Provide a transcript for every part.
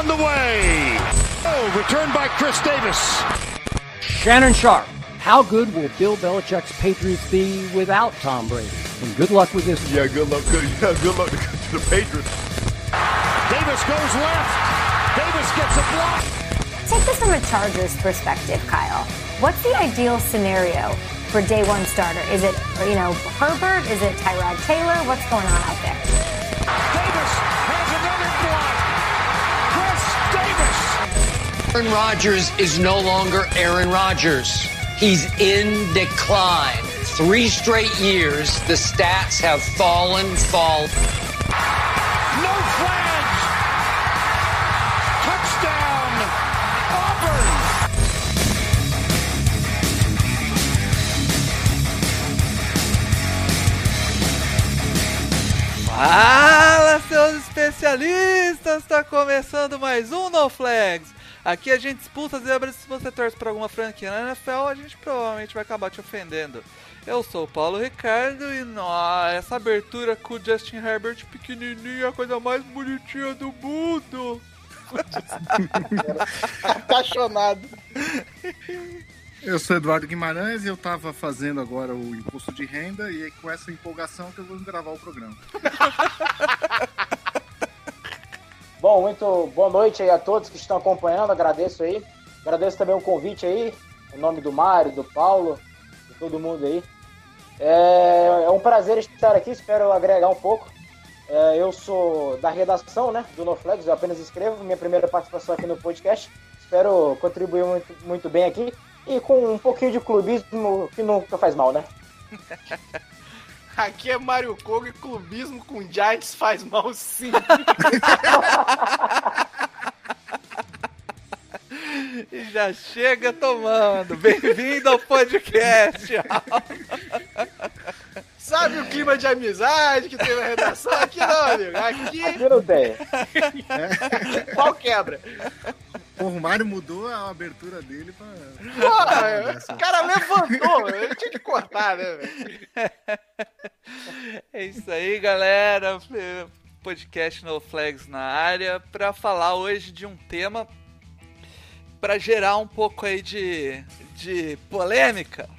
the way. Oh, returned by Chris Davis. Shannon Sharp. How good will Bill Belichick's Patriots be without Tom Brady? And good luck with this. Yeah, good luck. Good luck to the Patriots. Davis goes left. Davis gets a block. Take this from a Chargers perspective, Kyle. What's the ideal scenario for day one starter? Is it, Herbert? Is it Tyrod Taylor? What's going on out there? Davis has another block. Chris Davis. Aaron Rodgers is no longer Aaron Rodgers. He's in decline. 3 straight years, the stats have fallen. No flags. Touchdown, Auburn. Fala, seus especialistas! Tá começando mais um No Flags. Aqui a gente expulsa zebras. Se você torce pra alguma franquia na NFL, a gente provavelmente vai acabar te ofendendo. Eu sou o Paulo Ricardo e essa abertura com o Justin Herbert pequenininho é a coisa mais bonitinha do mundo. Apaixonado. Eu sou Eduardo Guimarães e eu tava fazendo agora o imposto de renda e é com essa empolgação que eu vou gravar o programa. Bom, muito boa noite aí a todos que estão acompanhando, agradeço aí. Agradeço também o convite aí, em nome do Mário, do Paulo, de todo mundo aí. É um prazer estar aqui, espero agregar um pouco. Eu sou da redação, né, do No Flags, eu apenas escrevo, minha primeira participação aqui no podcast. Espero contribuir muito bem aqui e com um pouquinho de clubismo que nunca faz mal, né? Aqui é Mário Kogo e clubismo com Giants faz mal sim. E já chega tomando. Bem-vindo ao podcast. Sabe o clima de amizade que tem na redação? Aqui não, amigo. Aqui não tem. Pau quebra. O Mário mudou a abertura dele pra... Porra, o cara levantou. Ele tinha que cortar, né, velho? É isso aí, galera. Podcast No Flags na área pra falar hoje de um tema pra gerar um pouco aí de polêmica.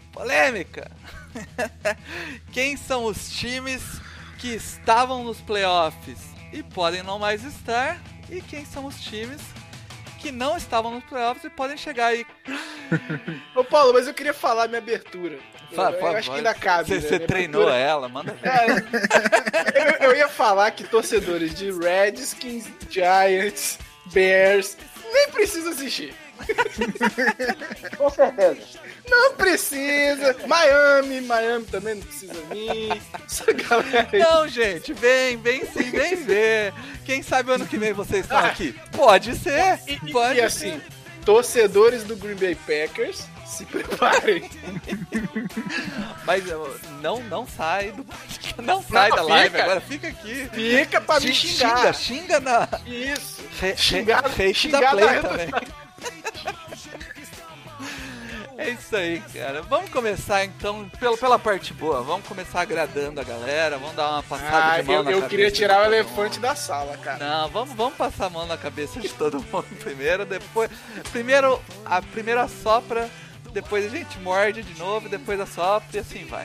Quem são os times que estavam nos playoffs e podem não mais estar? E quem são os times que não estavam nos playoffs e podem chegar aí? Ô Paulo, mas eu queria falar minha abertura. Eu acho que ainda cabe. Você treinou abertura. Ela, manda ver. Eu ia falar que torcedores de Redskins, Giants, Bears nem precisam assistir. Com certeza. Não precisa. Miami também não precisa vir. Essa galera aí. Não, gente, vem sim, vem ver. Quem sabe ano que vem vocês estão aqui? Pode ser. E assim, torcedores do Green Bay Packers, se preparem. Mas não sai do... Não sai da live, agora fica aqui. Fica pra me xingar. Xinga na... Isso. Xingar da Play também. É isso aí, cara. Vamos começar então pela parte boa. Vamos começar agradando a galera. Vamos dar uma passada de mão na cabeça. Eu queria tirar o elefante da sala, cara. Não, vamos passar a mão na cabeça de todo mundo primeiro. A primeira assopra, depois a gente morde de novo, depois assopra e assim vai.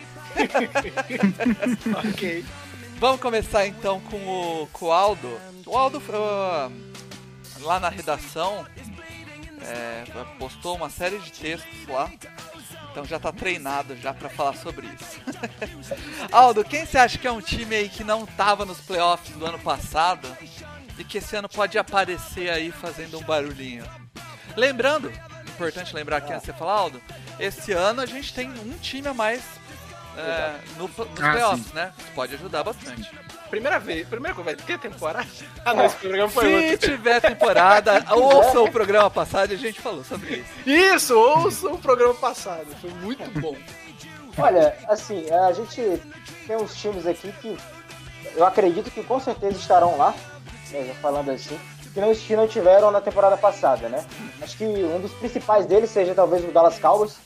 Ok. Vamos começar então com o Aldo. O Aldo lá na redação postou uma série de textos lá, então já tá treinado já pra falar sobre isso. Aldo, quem você acha que é um time aí que não tava nos playoffs do ano passado e que esse ano pode aparecer aí fazendo um barulhinho? Lembrando, importante lembrar aqui antes de você falar, Aldo, esse ano a gente tem um time a mais nos playoffs, né? Isso pode ajudar bastante. Primeira coisa, vai ter temporada? Não, esse programa foi outro. Se tiver temporada, ouça o programa passado e a gente falou sobre isso. Isso, ouça o programa passado, foi muito bom. Olha, assim, a gente tem uns times aqui que eu acredito que com certeza estarão lá, né, já falando assim, que não tiveram na temporada passada, né? Acho que um dos principais deles seja talvez o Dallas Cowboys.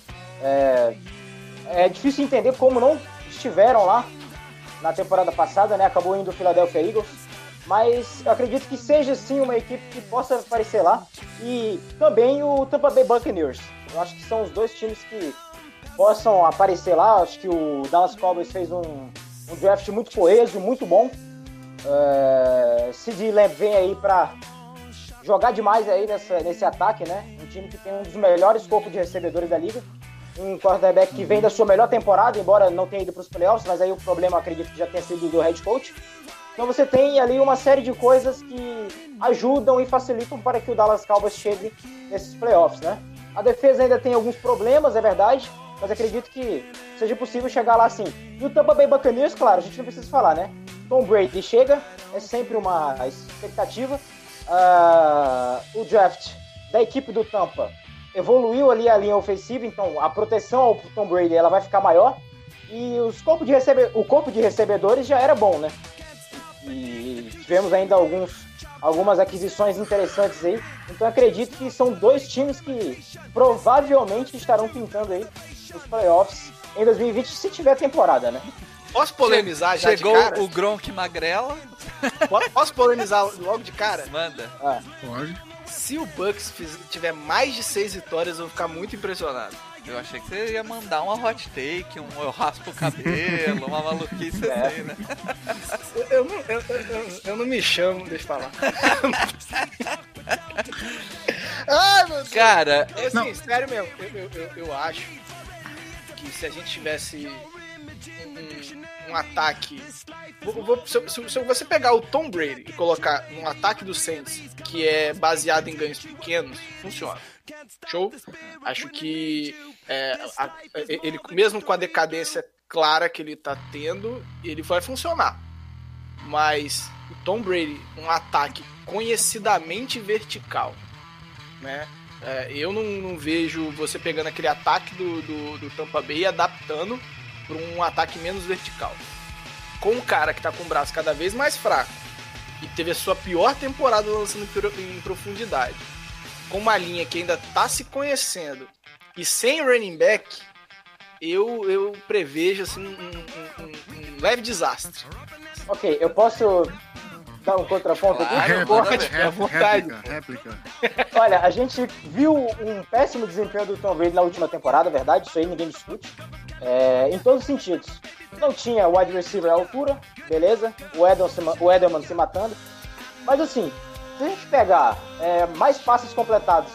É difícil entender como não estiveram lá na temporada passada, né? Acabou indo o Philadelphia Eagles. mas eu acredito que seja sim uma equipe que possa aparecer lá. E também o Tampa Bay Buccaneers. Eu acho que são os dois times que possam aparecer lá. Acho que o Dallas Cowboys fez um draft muito coeso, muito bom. CeeDee Lamb vem aí para jogar demais aí nesse ataque, né? Um time que tem um dos melhores corpos de recebedores da liga. Um quarterback que vem da sua melhor temporada, embora não tenha ido para os playoffs, mas aí o problema, acredito que já tenha sido do head coach. Então você tem ali uma série de coisas que ajudam e facilitam para que o Dallas Cowboys chegue nesses playoffs, né? A defesa ainda tem alguns problemas, é verdade, mas acredito que seja possível chegar lá sim. E o Tampa Bay Buccaneers, claro, a gente não precisa falar, né? Tom Brady chega, é sempre uma expectativa. O draft da equipe do Tampa evoluiu ali a linha ofensiva, então a proteção ao Tom Brady ela vai ficar maior. E o corpo de recebedores já era bom, né? E tivemos ainda algumas aquisições interessantes aí. Então acredito que são dois times que provavelmente estarão pintando aí nos playoffs em 2020, se tiver temporada, né? Posso polemizar já Chegou de cara? o Gronk Magrela. Posso polemizar logo de cara? Manda. Pode. Se o Bucks tiver mais de 6 vitórias, eu vou ficar muito impressionado. Eu achei que você ia mandar uma hot take, eu raspo o cabelo, uma maluquice assim, né? Eu não me chamo, deixa eu falar. Ai, meu Deus. Cara, assim, sério mesmo, eu acho que se a gente tivesse um ataque... Se você pegar o Tom Brady e colocar num ataque do Saints que é baseado em ganhos pequenos, funciona. Show? Acho que ele, mesmo com a decadência clara que ele tá tendo, ele vai funcionar. Mas o Tom Brady, um ataque conhecidamente vertical, né? Eu não vejo você pegando aquele ataque do Tampa Bay e adaptando para um ataque menos vertical. Com um cara que tá com o braço cada vez mais fraco e teve a sua pior temporada lançando em profundidade, com uma linha que ainda tá se conhecendo e sem running back, eu prevejo assim, um leve desastre. Ok, eu posso dar um contraponto aqui? Réplica. Olha, a gente viu um péssimo desempenho do Tom Brady na última temporada, verdade? Isso aí ninguém discute. Em todos os sentidos. Não tinha wide receiver à altura, beleza? O Edelman se matando. Mas assim, se a gente pegar mais passes completados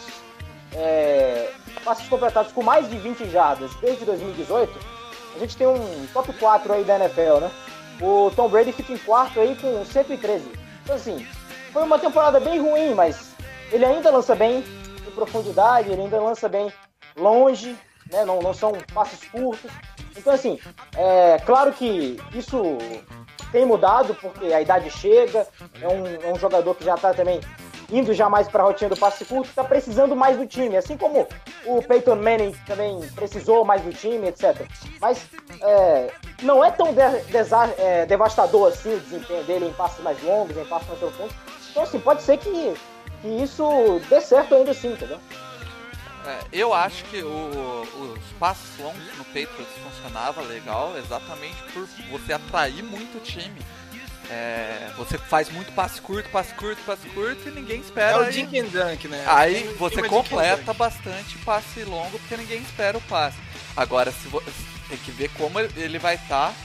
com mais de 20 jardas desde 2018, a gente tem um top 4 aí da NFL, né? O Tom Brady fica em quarto aí com 113. Então assim, foi uma temporada bem ruim, mas ele ainda lança bem em profundidade, ele ainda lança bem longe, né? Não são passes curtos. Então assim, claro que isso tem mudado porque a idade chega, é um jogador que já está também indo já mais para a rotina do passe curto, está precisando mais do time, assim como o Peyton Manning também precisou mais do time, etc. Mas não é tão devastador assim o desempenho dele em passes mais longos, em passes mais profundos. Então assim, pode ser que isso dê certo ainda assim, entendeu? Eu acho que os passos longos no Patriots funcionava legal, exatamente por você atrair muito o time. Você faz muito passe curto e ninguém espera. É o Dink and Dunk, né? Aí você completa bastante passe longo porque ninguém espera o passe. Agora, tem que ver como ele vai estar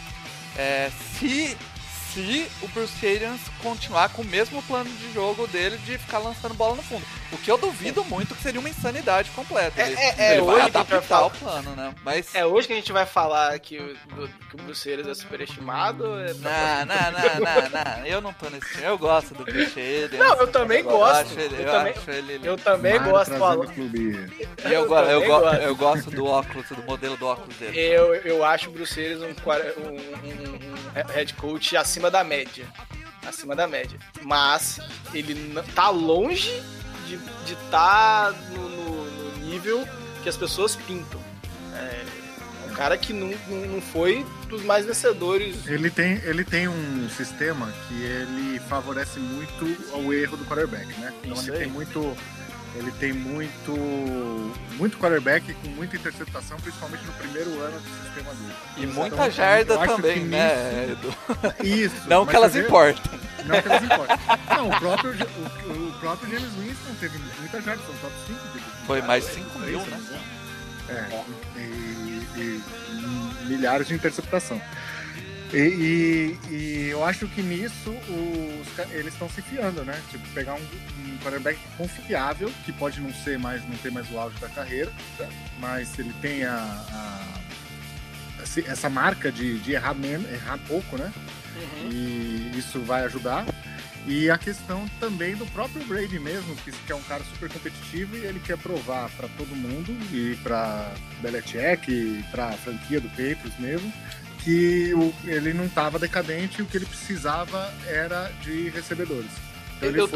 se o Bruce Arians continuar com o mesmo plano de jogo dele de ficar lançando bola no fundo. O que eu duvido muito que seria uma insanidade completa. Ele vai adaptar o plano, né? Mas... É hoje que a gente vai falar que o Bruce Arians é superestimado? Não. Eu não tô nesse time. Eu gosto do Bruce Arians. Não, eu também gosto. Eu também gosto. Eu gosto do óculos, do modelo do óculos dele. Eu acho o Bruce Arians um head coach acima da média. Mas ele tá longe de estar no nível que as pessoas pintam. É um cara que não foi dos mais vencedores. Ele tem um sistema que ele favorece muito ao erro do quarterback, né? Então ele tem muito Ele tem muito quarterback com muita interceptação, principalmente no primeiro ano do sistema dele. E muita jarda também, né, Edu? Isso. Não que elas importem. Não que elas importem. Não, o próprio James Winston teve muita jarda, são top 5 dele. Foi mais 5 mil, né? E milhares de interceptação. E eu acho que nisso eles estão se fiando, né? Tipo, pegar um quarterback confiável, que pode não ter mais o auge da carreira, mas ele tem essa marca de errar pouco, né? Uhum. E isso vai ajudar. E a questão também do próprio Brady mesmo, que é um cara super competitivo e ele quer provar para todo mundo, e para Belichick, e para a franquia do Patriots mesmo, que ele não estava decadente e o que ele precisava era de recebedores. Então ele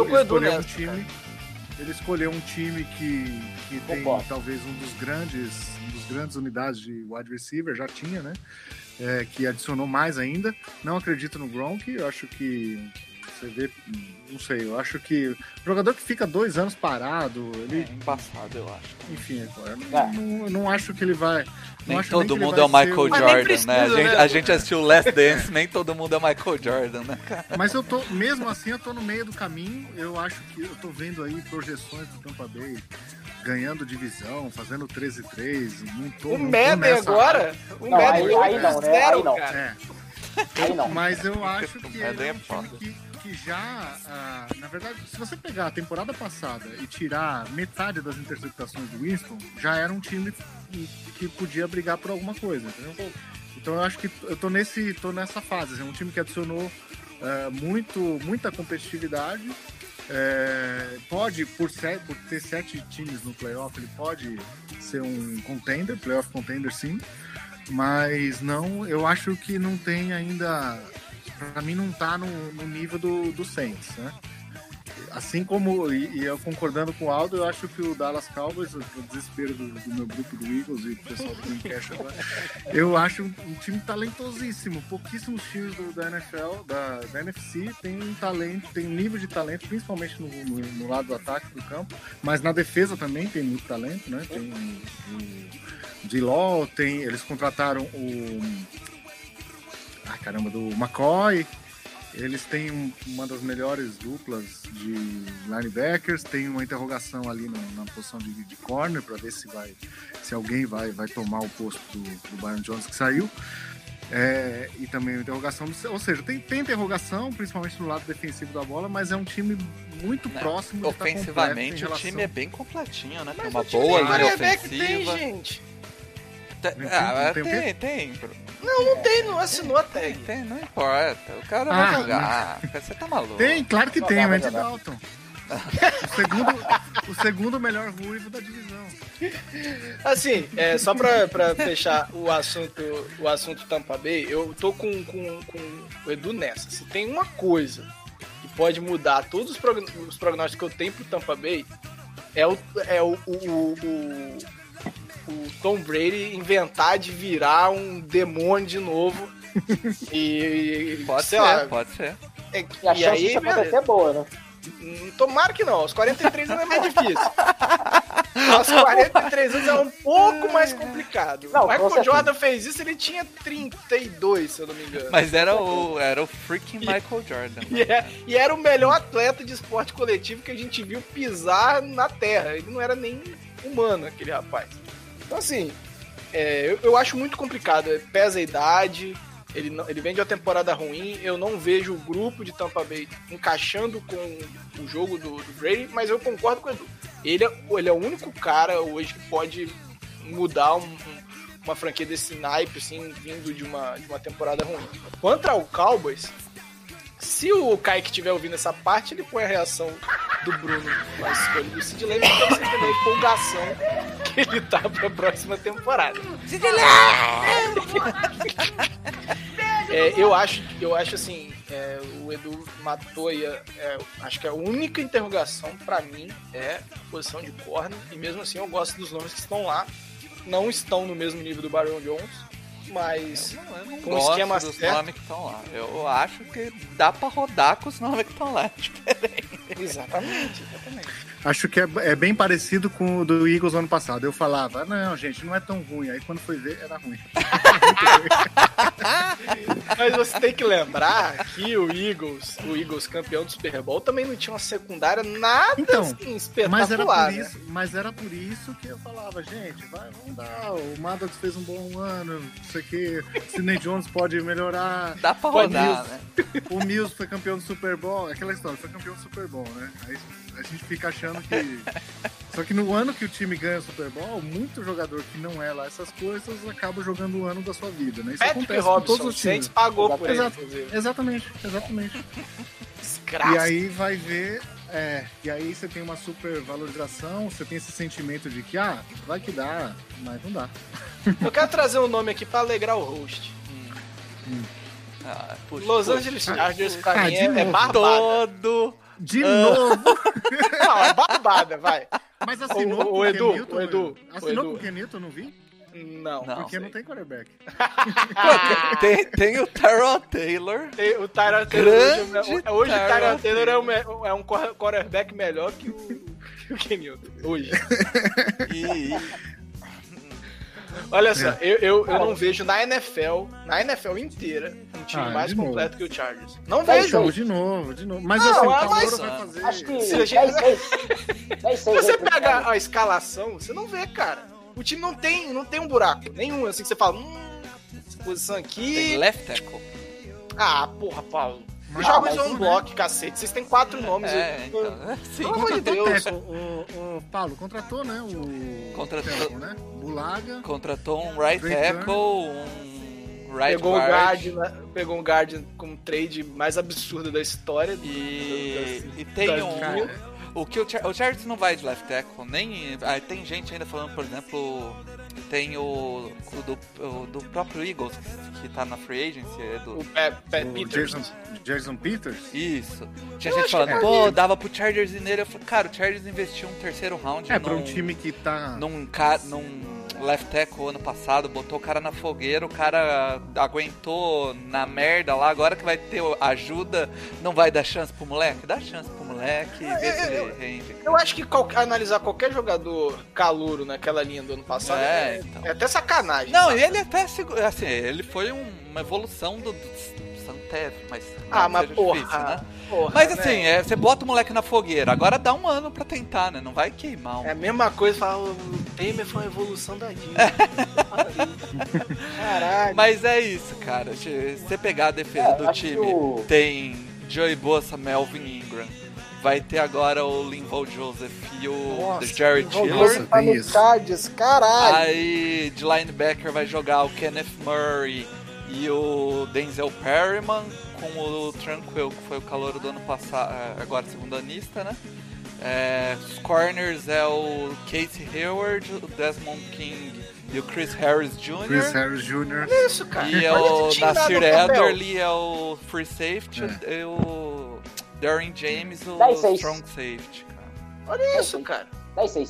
escolheu um time que tem talvez um dos grandes unidades de wide receiver, já tinha, né? Que adicionou mais ainda. Não acredito no Gronk, eu acho que você vê, não sei, eu acho que o jogador que fica 2 anos parado, ele embaçado, eu acho. Enfim, eu não acho que ele vai. Nem todo mundo é o Michael Jordan, né? A gente assistiu Last Dance, nem todo mundo é Michael Jordan, né, cara? Mas eu tô, mesmo assim, eu tô no meio do caminho. Eu acho que eu tô vendo aí projeções do Tampa Bay ganhando divisão, fazendo 13-3. O Madden agora? O Madden aí não, né? Aí não. Aí não. Mas eu acho que ele é um time que já, na verdade, se você pegar a temporada passada e tirar metade das interceptações do Winston, já era um time que podia brigar por alguma coisa, entendeu? Então eu acho que eu tô nessa fase, é um time que adicionou muita competitividade, pode, por ter 7 times no playoff, ele pode ser um contender, playoff contender sim, mas não, eu acho que não tem ainda, pra mim não tá no nível do Saints, né? Assim como, e eu concordando com o Aldo, eu acho que o Dallas Cowboys, o desespero do meu grupo do Eagles e do pessoal do Dreamcast agora, eu acho um time talentosíssimo. Pouquíssimos times da NFL, da NFC, tem um talento, tem um nível de talento, principalmente no lado do ataque do campo, mas na defesa também tem muito talento, né? Tem o D-Law, eles contrataram do McCoy. Eles têm uma das melhores duplas de linebackers, tem uma interrogação ali na posição de corner para ver se alguém vai tomar o posto do Byron Jones que saiu. E também uma interrogação, ou seja, tem interrogação, principalmente no lado defensivo da bola, mas é um time muito próximo de ofensivamente, o time é bem completinho, né? Tem uma boa linha ofensiva. Tem, gente. Tem. Não tem, não assinou a tag. Tem, não importa. O cara vai jogar. Você tá maluco. Tem, claro que tem, o Andy Dalton. O segundo melhor ruivo da divisão. Assim, só pra fechar o assunto Tampa Bay, eu tô com o Edu nessa. Se tem uma coisa que pode mudar todos os prognósticos que eu tenho pro Tampa Bay, é o Tom Brady inventar de virar um demônio de novo. Pode ser. E a chance disso acontecer é boa, né? Tomara que não, aos 43 anos é mais difícil. Aos 43 anos é um pouco mais complicado. O Michael Jordan fez isso, ele tinha 32, se eu não me engano. Mas era o freaking Michael Jordan. E era o melhor atleta de esporte coletivo que a gente viu pisar na Terra. Ele não era nem humano, aquele rapaz. Então, assim, eu acho muito complicado. Pesa a idade, ele vem de uma temporada ruim. Eu não vejo o grupo de Tampa Bay encaixando com o jogo do Brady, mas eu concordo com o Edu. Ele é o único cara hoje que pode mudar uma franquia desse naipe, assim, vindo de uma temporada ruim. Quanto ao Cowboys, se o Kaique estiver ouvindo essa parte, ele põe a reação do Bruno na escolha do Sid Lamb, pra você entender a empolgação que ele tá pra próxima temporada. Sid eu acho assim, o Edu matou aí, acho que a única interrogação pra mim é a posição de corner, e mesmo assim eu gosto dos nomes que estão lá, não estão no mesmo nível do Byron Jones, mas eu não com gosto esquema dos certo, nomes que estão lá. Eu acho que dá pra rodar com os nomes que estão lá, é diferente. Exatamente. Acho que é bem parecido com o do Eagles ano passado. Eu falava, não, gente, não é tão ruim. Aí quando foi ver, era ruim. Mas você tem que lembrar que o Eagles campeão do Super Bowl, também não tinha uma secundária nada assim, espetacular. Mas era por isso que eu falava, gente, vamos dar. O Maddox fez um bom ano, não sei o que. Sidney Jones pode melhorar. Dá pra rodar, né? O Mills foi campeão do Super Bowl. Aquela história, foi campeão do Super Bowl, né? Aí a gente fica achando que... Só que no ano que o time ganha o Super Bowl, muito jogador que não é lá essas coisas acaba jogando o ano da sua vida, né? Isso Patrick acontece Robinson, com todos os times. Pagou por ele, Exatamente. Desgraça. E aí vai ver... e aí você tem uma super valorização, você tem esse sentimento de que, vai que dá, mas não dá. Eu quero trazer um nome aqui pra alegrar o host. Los Angeles Chargers, pra mim, é barbada. De novo! Não, é barbada, vai. Mas assinou o Edu, Newton, o Edu. Assinou com o Ken Newton, não vi? Não. Porque não tem quarterback. Tem o Tyrod Taylor. O Tyrod Taylor hoje o Tyrod Taylor é um quarterback melhor que o Ken Newton. Hoje. Olha só, eu não vejo na NFL inteira, um time mais completo que o Chargers. Não vejo. De novo. Mas assim, o Calouro vai fazer... Acho que se você pegar a escalação, você não vê, cara. O time não tem um buraco nenhum, assim, que você fala, posição aqui... Tem left tackle. Porra, Paulo. Joga o zone block, cacete. Vocês têm 4 nomes. Pelo amor de Deus. O Paulo contratou, né? Contratou, né? Bulaga. Contratou um right tackle, um right guard. Pegou um guard com trade mais absurdo da história. E tem o Chargers não vai de left tackle, nem... tem gente ainda falando, por exemplo... Tem o do próprio Eagles, que tá na free agency. O Peters. Jason Peters? Isso. Tinha gente falando, dava pro Chargers ir nele. Eu falei, cara, o Chargers investiu um terceiro round. Pra um time que tá... Num left tackle ano passado, botou o cara na fogueira, o cara aguentou na merda lá, agora que vai ter ajuda, não vai dar chance pro moleque? Dá chance pro moleque e vê se ele rende. Eu acho que analisar qualquer jogador calouro naquela linha do ano passado é até sacanagem. Não, e ele até, assim, ele foi uma evolução do Santev, mas mas porra, difícil, né? Porra, mas assim, você bota o moleque na fogueira, agora dá um ano pra tentar, né? Não vai queimar. É a mesma coisa, falar o Temer foi uma evolução da Dilma. Caralho. Mas é isso, cara. Se você pegar a defesa do time, tem Joey Bosa, Melvin Ingram. Vai ter agora o Linval Joseph e o Jerry Tiller. Caralho. Aí de linebacker vai jogar o Kenneth Murray e o Denzel Perryman com o Tranquil, que foi o calouro do ano passado, agora segundanista, né? Os corners é o Casey Hayward, o Desmond King e o Chris Harris Jr. Isso, cara. E o Nasir Adderley é o free safety e o Darren James, o strong safety, cara. Olha isso, cara. 10-6.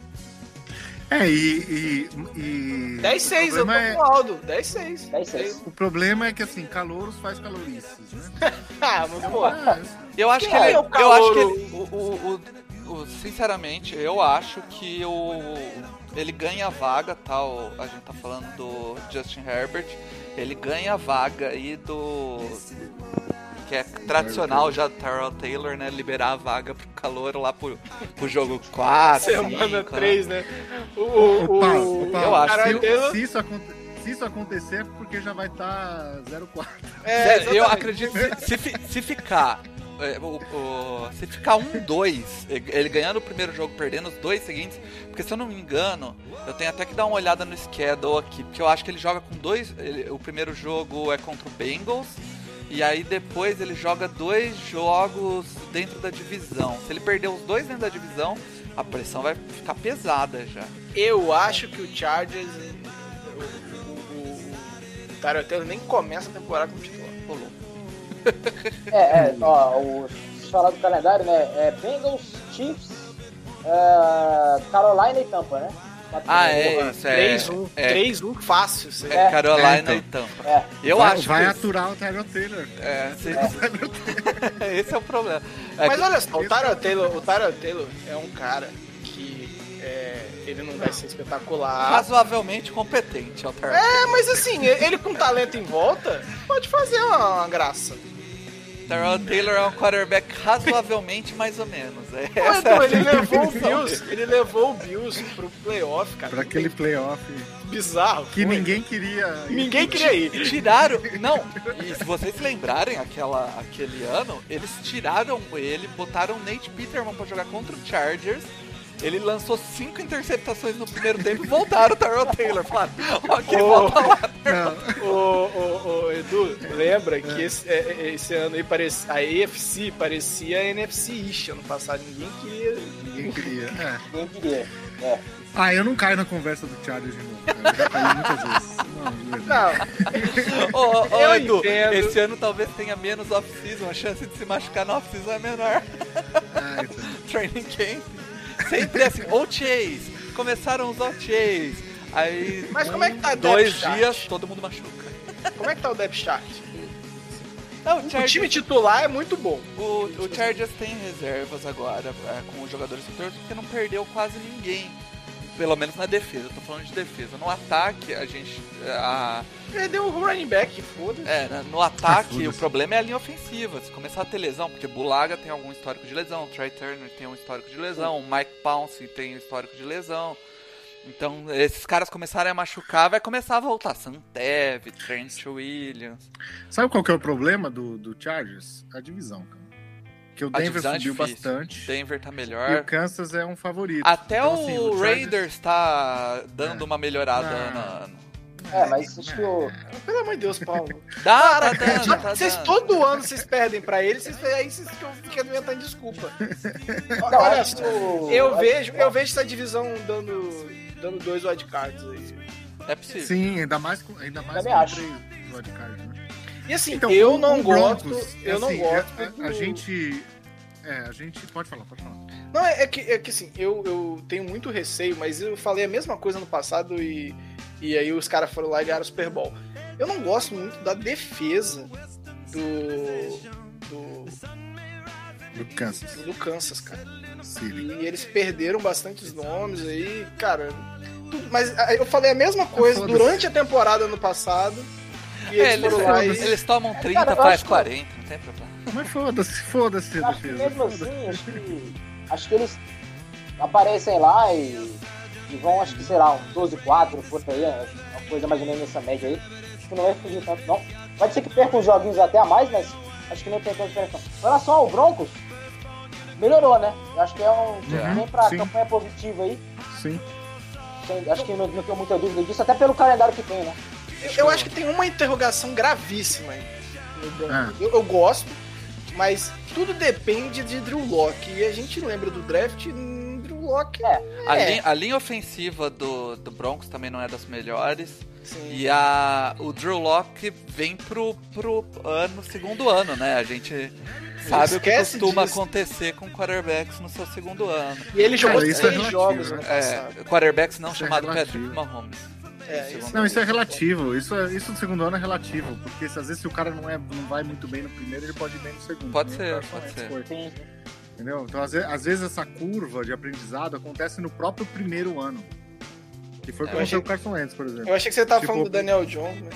E 10-6, eu tô com o Aldo. 10-6. O problema é que, assim, calouros faz calorices, né? Mas pô. Eu acho que ele... sinceramente, eu acho que ele ganha a vaga, tal. A gente tá falando do Justin Herbert. Ele ganha a vaga aí que é tradicional já do Tyrod Taylor, né? Liberar a vaga pro calouro lá pro jogo 4. Semana 3, né? Paulo, eu acho. Se isso acontecer, é porque já vai estar 0-4. Eu acredito se ficar. Se ficar 1-2, ele ganhando o primeiro jogo, perdendo os 2 seguintes, porque se eu não me engano, eu tenho até que dar uma olhada no schedule aqui, porque eu acho que ele joga com 2. O primeiro jogo é contra o Bengals. E aí depois ele joga 2 jogos dentro da divisão. Se ele perder os 2 dentro da divisão, a pressão vai ficar pesada já. Eu acho que o Chargers, o Tyrod Taylor nem começa a temporada como titular. Se falar do calendário, né? Bengals, Chiefs, Carolina e Tampa, né? Isso é. 3-1 fácil. Carolina e Tampa. Eu acho vai aturar o Tyrod Taylor. Esse é o problema. Mas olha só, o Tyrod Taylor é um cara que ele não vai ser espetacular. Razoavelmente competente, o Tyrod. Mas assim, ele com talento em volta pode fazer uma graça. Tyrod Taylor é um quarterback razoavelmente mais ou menos. Ele levou o Bills pro playoff, cara. Pra aquele playoff bizarro. Que ninguém queria ir. Ninguém queria ir. Tiraram. Não, e se vocês lembrarem aquele ano, eles tiraram ele, botaram o Nate Peterman pra jogar contra o Chargers. Ele lançou 5 interceptações no primeiro tempo e voltaram o Tyrod Taylor. Falaram, volta lá. Edu, lembra que esse ano aí a AFC parecia a NFC East ano passado. Ninguém queria. Ninguém queria. Eu não caio na conversa do Chargers de novo. Eu já caí muitas vezes. Não. Edu, esse ano talvez tenha menos off-season. A chance de se machucar na off-season é menor. Training camp. Sempre assim, OTAs. Começaram os OTAs. Aí, mas como é que tá 2 dias, todo mundo machuca. Como é que tá o depth chart? O time titular é muito bom. O Chargers tem reservas agora com os jogadores titulares, porque não perdeu quase ninguém. Pelo menos na defesa, eu tô falando de defesa. No ataque, a gente... Perdeu o running back, foda-se. No ataque, o problema é a linha ofensiva. Se começar a ter lesão, porque Bulaga tem algum histórico de lesão, Trey Turner tem um histórico de lesão, o Mike Pouncey tem um histórico de lesão. Então, esses caras começarem a machucar, vai começar a voltar. Santev, Trent Williams. Sabe qual que é o problema do Chargers? A divisão, cara. Que o Denver subiu bastante. Denver tá melhor. E o Kansas é um favorito. Até então, assim, o Raiders tá dando uma melhorada ano a ano. Mas acho que o... Pelo amor de Deus, Paulo. Tá vocês todo ano vocês perdem pra eles, aí vocês ficam inventando desculpa. Não, olha só, eu vejo essa divisão dando 2 wildcards aí. É possível. Sim, ainda mais com 3 wildcards, né? E assim, então, eu não gosto. A gente pode falar. Não, é que assim, eu tenho muito receio, mas eu falei a mesma coisa no passado e aí os caras foram lá e ganharam o Super Bowl. Eu não gosto muito da defesa do Kansas, cara. Sim. E eles perderam bastantes nomes aí, cara. Mas eu falei a mesma coisa durante a temporada ano passado. E eles tomam 30, cara, faz 40, não tem problema. Mas foda-se a defesa. Mesmo assim, acho que eles aparecem lá e vão, acho que será um 12-4 por aí, uma coisa mais ou menos nessa média aí. Acho que não vai fugir tanto, não. Pode ser que perca uns joguinhos até a mais, mas acho que não tem tanta diferença. Em relação ao Broncos, melhorou, né? Eu acho que vem pra campanha positiva aí. Sim. Acho que não tenho muita dúvida disso, até pelo calendário que tem, né? Eu acho que tem uma interrogação gravíssima aí no Broncos. Eu gosto, mas tudo depende de Drew Lock. E a gente lembra do draft, Drew Lock A linha ofensiva do Broncos também não é das melhores. Sim. E o Drew Lock vem pro segundo ano, né? A gente sabe o que costuma acontecer com quarterbacks no seu segundo ano. E ele jogou 6 jogos no passado. Quarterbacks não chamado Patrick Mahomes. Isso é relativo. Isso do segundo ano é relativo. Porque às vezes se o cara não vai muito bem no primeiro, ele pode ir bem no segundo. Pode ser. Entendeu? Então, às vezes essa curva de aprendizado acontece no próprio primeiro ano. Que foi o que aconteceu com o Carson Wentz, por exemplo. Eu achei que você tava falando do Daniel Jones, né?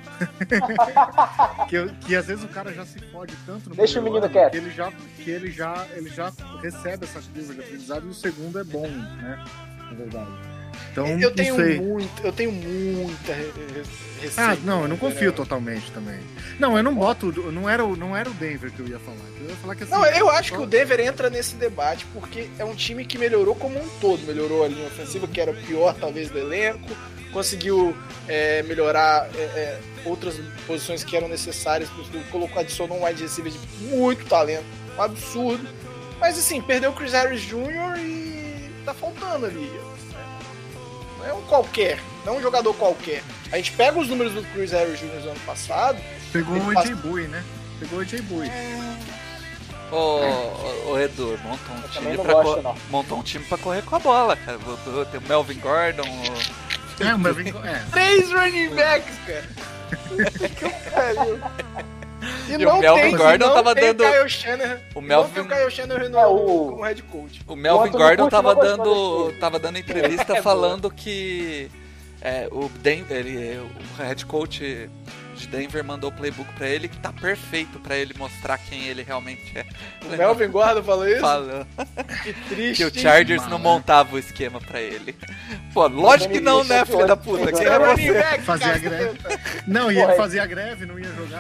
que às vezes o cara já se fode tanto no Deixa o menino quieto. Que ele já recebe essa curva de aprendizado e o segundo é bom, né? Na verdade. Então, eu tenho muita receita. Não, eu não confio totalmente também. Não, eu não boto. Não era o Denver que eu ia falar. Eu ia falar que assim, não, eu acho que o Denver entra nesse debate porque é um time que melhorou como um todo. Melhorou a linha ofensiva, que era o pior, talvez, do elenco. Conseguiu melhorar outras posições que eram necessárias. Adicionou um wide receiver de muito talento. Um absurdo. Mas assim, perdeu o Chris Harris Jr. e tá faltando ali. Não é um qualquer, não é um jogador qualquer. A gente pega os números do Chris Harris Jr. no ano passado. Pegou o AJ Bowie, né? Pegou o AJ Bowie. Ô Edu, montou um time pra correr com a bola, cara. Tem o Melvin Gordon. O Melvin Gordon. 3 running backs, cara. Que pariu. E o Melvin Gordon tava dando. O Kyle Shanahan como head coach. O Melvin Gordon tava dando entrevista falando que o head coach de Denver mandou o playbook pra ele que tá perfeito pra ele mostrar quem ele realmente é. O Melvin Gordon falou isso? Falou. Que triste. Que o Chargers não montava o esquema pra ele. Pô, lógico que não, né, filha da puta? Quem é você? Fazia a greve. Não, ia fazer a greve, não ia jogar.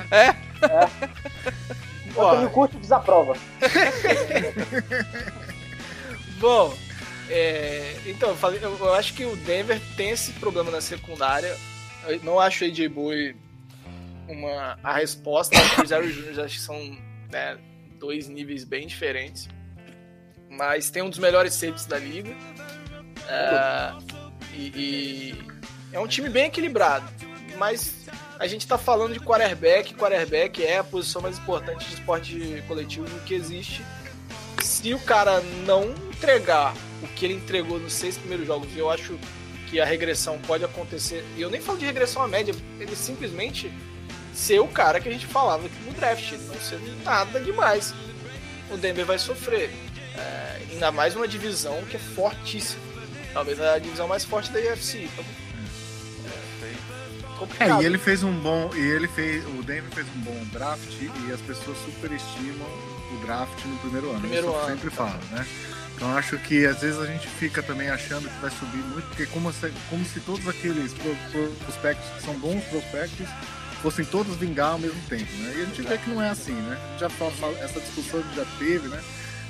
O Antônio Curto desaprova. Bom, então, eu acho que o Denver tem esse problema na secundária. Eu não acho o AJ Bowie a resposta. Os Aaron Jr. acho que são 2 níveis bem diferentes. Mas tem um dos melhores safeties da liga. E é um time bem equilibrado. Mas a gente tá falando de quarterback. Quarterback é a posição mais importante de esporte coletivo que existe. Se o cara não entregar o que ele entregou nos 6 primeiros jogos, eu acho que a regressão pode acontecer. E eu nem falo de regressão à média, ele simplesmente ser o cara que a gente falava aqui no draft, ele não ser nada demais. O Denver vai sofrer. Ainda mais uma divisão que é fortíssima. Talvez a divisão mais forte da UFC. Então, e ele fez um bom. O Denver fez um bom draft e as pessoas superestimam o draft no primeiro ano. Isso eu sempre falo, né? Então acho que às vezes a gente fica também achando que vai subir muito, porque como se todos aqueles prospectos que são bons prospectos fossem todos vingar ao mesmo tempo, né? E a gente vê que não é assim, né? Já essa discussão já teve, né?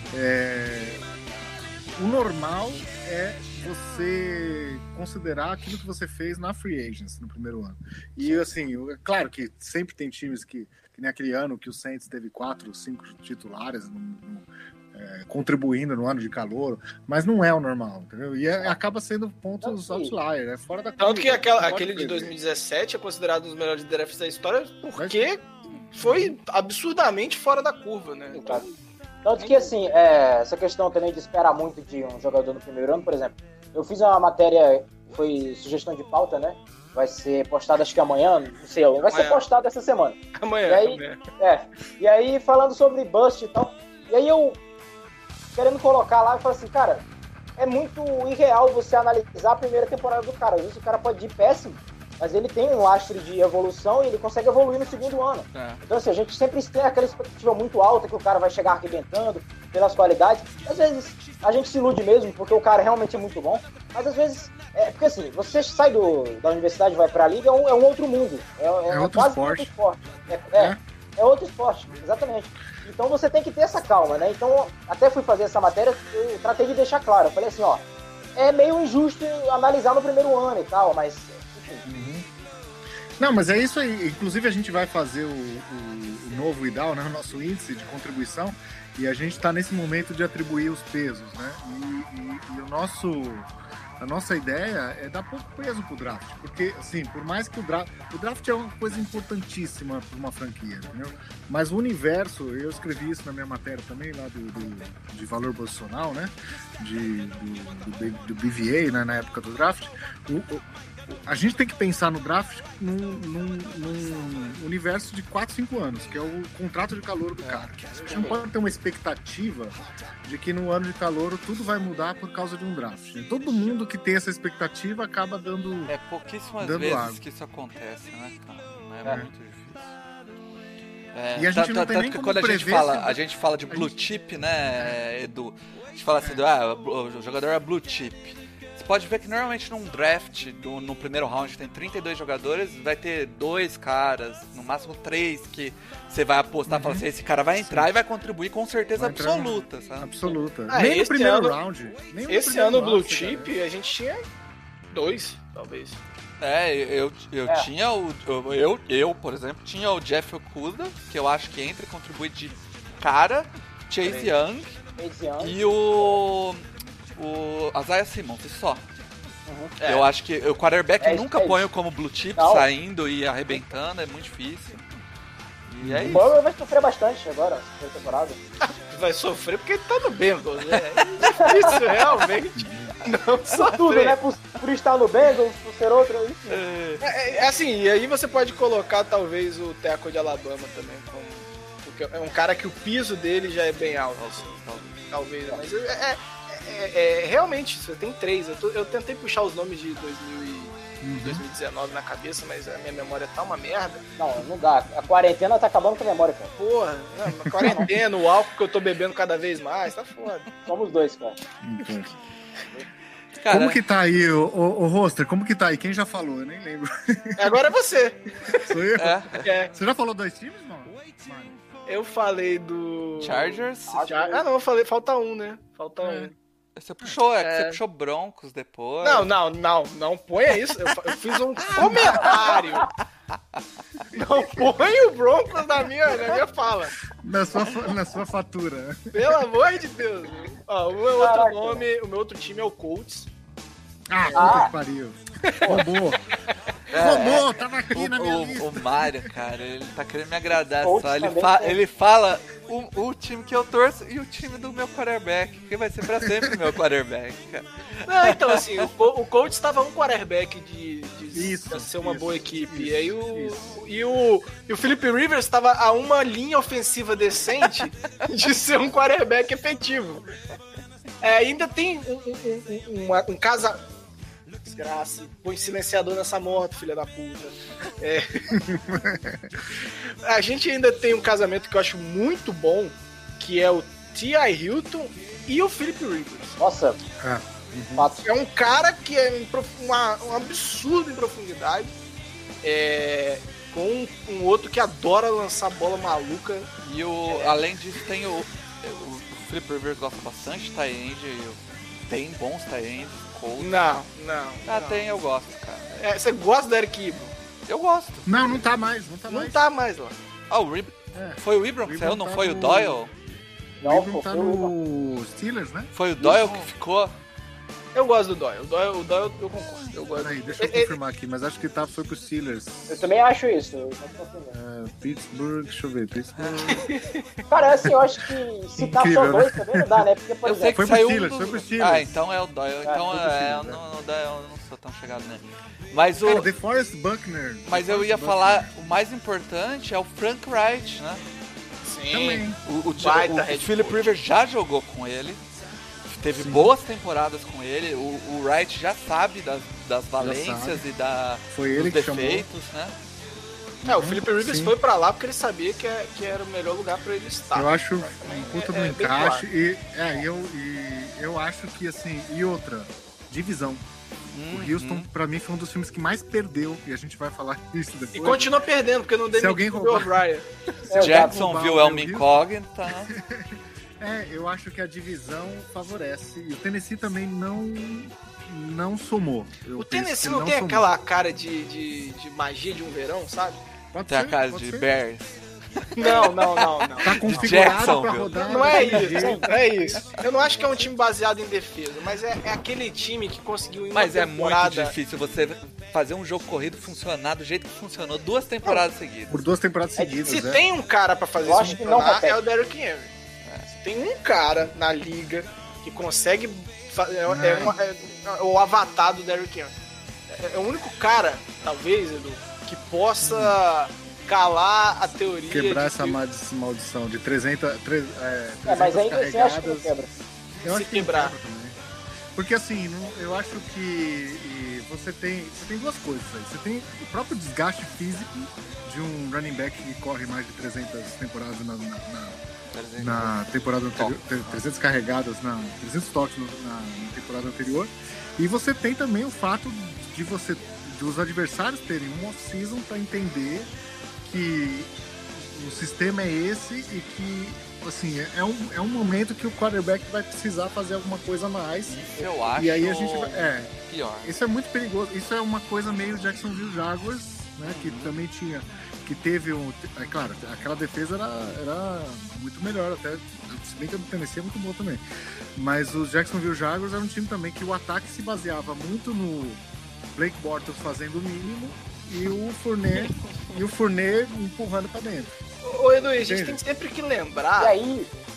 O normal é você considerar aquilo que você fez na free agency no primeiro ano. E assim, é claro que sempre tem times que nem aquele ano que o Saints teve 4 ou 5 titulares contribuindo no ano de calor, mas não é o normal, entendeu? E acaba sendo pontos outlier, fora da curva. Tanto que aquele de 2017 é considerado um dos melhores drafts da história porque foi absurdamente fora da curva, né? Tanto que, assim, essa questão também de esperar muito de um jogador no primeiro ano, por exemplo, eu fiz uma matéria, foi sugestão de pauta, né? Vai ser postada acho que amanhã, não sei, vai ser postada essa semana. Amanhã. E aí, falando sobre bust e tal, e aí eu querendo colocar lá, eu falei assim, cara, é muito irreal você analisar a primeira temporada do cara. Às vezes o cara pode ir péssimo, mas ele tem um lastro de evolução e ele consegue evoluir no segundo ano. Então, assim, a gente sempre tem aquela expectativa muito alta que o cara vai chegar arrebentando pelas qualidades. Às vezes a gente se ilude mesmo, porque o cara realmente é muito bom, mas às vezes, porque assim, você sai da universidade e vai pra liga, é um outro mundo. É outro quase esporte. Outro esporte. É outro esporte, exatamente. Então você tem que ter essa calma, né? Então, até fui fazer essa matéria, eu tratei de deixar claro. Eu falei assim, é meio injusto analisar no primeiro ano e tal, mas... Não, mas é isso aí. Inclusive a gente vai fazer o novo IDAL, né? O nosso índice de contribuição, e a gente está nesse momento de atribuir os pesos, né? E a nossa ideia é dar pouco peso pro draft, porque, assim, por mais que o draft é uma coisa importantíssima para uma franquia, entendeu? Mas o universo, eu escrevi isso na minha matéria também, lá de valor posicional, né? Do BVA, né? Na época do draft, a gente tem que pensar no draft num universo de 4, 5 anos, que é o contrato de calor do cara. A gente não pode ter uma expectativa de que no ano de calor tudo vai mudar por causa de um draft. Todo mundo que tem essa expectativa acaba dando pouquíssimas dando vezes água. Que isso acontece, né, cara? Não é muito difícil. E a gente não tem nem que como quando prever a gente fala de blue chip, né, Edu? A gente fala assim, o jogador é blue chip. Você pode ver que normalmente num draft, no primeiro round, tem 32 jogadores, vai ter 2 caras, no máximo 3, que você vai apostar e falar assim, esse cara vai entrar e vai contribuir com certeza absoluta, sabe? Absoluta. Nem no primeiro round. Esse ano o blue chip, a gente tinha 2, talvez. Eu tinha eu, por exemplo, tinha o Jeff Okuda, que eu acho que entra e contribui de cara, Chase Young e o Isaiah Simmons, e só. Eu acho que o quarterback nunca ponho como blue chip, saindo e arrebentando, é muito difícil. E é isso. O Burrow vai sofrer bastante agora, na temporada. vai sofrer porque ele tá no Bengals, né? É difícil, realmente. Não sofrer. Tudo, né? Por estar no Bengals, por ser outro. Assim, e aí você pode colocar talvez o Teco de Alabama também, porque é um cara que o piso dele já é bem alto, assim, talvez. Mas realmente, você tem 3. Eu tentei puxar os nomes de 2019 na cabeça, mas a minha memória tá uma merda. Não dá. A quarentena tá acabando com a memória, cara. Porra, a quarentena, o álcool que eu tô bebendo cada vez mais, tá foda. Somos 2, cara. Cara, como que tá aí, o Roster? Como que tá aí? Quem já falou? Eu nem lembro. Agora é você. Sou eu? Você já falou 2 times, mano? Eu falei do... Chargers? Não, eu falei, falta um, né? Falta um. Você puxou, você puxou Broncos depois. Não ponha isso. Eu fiz um comentário. Não ponha o Broncos na minha fala. Na sua fatura. Pelo amor de Deus. Ó, o meu outro time é o Colts. Puta que pariu. Roubou, tava aqui na minha lista. O Mário, cara, ele tá querendo me agradar só. Ele fala o time que eu torço e o time do meu quarterback, que vai ser pra sempre o meu quarterback, cara. Não, então assim, o Colts tava um quarterback de ser uma boa equipe. E aí o Philip Rivers tava a uma linha ofensiva decente de ser um quarterback efetivo. Ainda tem um casa... Desgraça, põe silenciador nessa moto, filha da puta. A gente ainda tem um casamento que eu acho muito bom, que é o T.I. Hilton e o Philip Rivers. Nossa. É um cara que é um absurdo em profundidade, com um outro que adora lançar bola maluca. E além disso tem o Philip Rivers gosta bastante de tight end, tem bons tight ends. Não. Tem, eu gosto, cara. Você gosta do Eric Ibram? Eu gosto. Não tá mais. Não tá mais lá. Foi o Ibram que saiu, não foi o Doyle? Não, foi no Steelers, né? Foi o Doyle que ficou? Eu gosto do Doyle. O Doyle eu concordo. Eu gosto. Peraí, deixa eu confirmar aqui, mas acho que foi pro Steelers. Eu também acho isso. Pittsburgh, deixa eu ver. Pittsburgh. Cara, assim, eu acho que se tá só 2 também não dá, né? Porque, por exemplo, foi pro Steelers. Então é o Doyle. Então eu não sou tão chegado nele. Mas o DeForest Buckner. Mas eu ia falar, o mais importante é o Frank Wright, né? Sim. Também. O Philip Rivers já jogou com ele. Teve boas temporadas com ele. O Wright já sabe das valências e dos defeitos, né? O Philip Rivers foi pra lá porque ele sabia que era o melhor lugar pra ele estar. Eu acho um puta do encaixe. Claro. Eu acho que assim, e outra, divisão. O Houston, pra mim, foi um dos times que mais perdeu, e a gente vai falar isso depois. E continua perdendo, porque não demitiu o O'Brien. Jacksonville é uma incógnita, né? Eu acho que a divisão favorece. E o Tennessee também não somou. O Tennessee não tem aquela cara de magia de um verão, sabe? Tem a cara de Bears. Não. Tá configurado pra rodar. Não é isso. Eu não acho que é um time baseado em defesa, mas é aquele time que conseguiu... Mas é muito difícil você fazer um jogo corrido funcionar do jeito que funcionou 2 temporadas seguidas. Por 2 temporadas seguidas, Se tem um cara pra fazer isso funcionar, é o Derrick Henry. Tem um cara na liga que consegue... É o avatar do Derrick Henry. É o único cara, talvez, Edu, que possa calar a teoria... Quebrar essa maldição de 300 mas ainda assim eu acho que não quebra. Eu acho que quebrar. Também. Porque assim, eu acho que você tem 2 coisas aí. Você tem o próprio desgaste físico de um running back que corre mais de 300 temporadas na temporada anterior, 300 carregadas, 300 toques na temporada anterior. E você tem também o fato dos adversários terem um off-season para entender que o sistema é esse e que, assim, é um momento que o quarterback vai precisar fazer alguma coisa a mais. Isso eu acho. E aí a gente vai... pior. Isso é muito perigoso. Isso é uma coisa meio Jacksonville Jaguars, né? Que também tinha... Que teve claro, aquela defesa era muito melhor, até se bem que a do Tennessee é muito boa também. Mas os Jacksonville Jaguars era um time também que o ataque se baseava muito no Blake Bortles fazendo o mínimo e o Fournette empurrando pra dentro. Ô Edu, a gente tem sempre que lembrar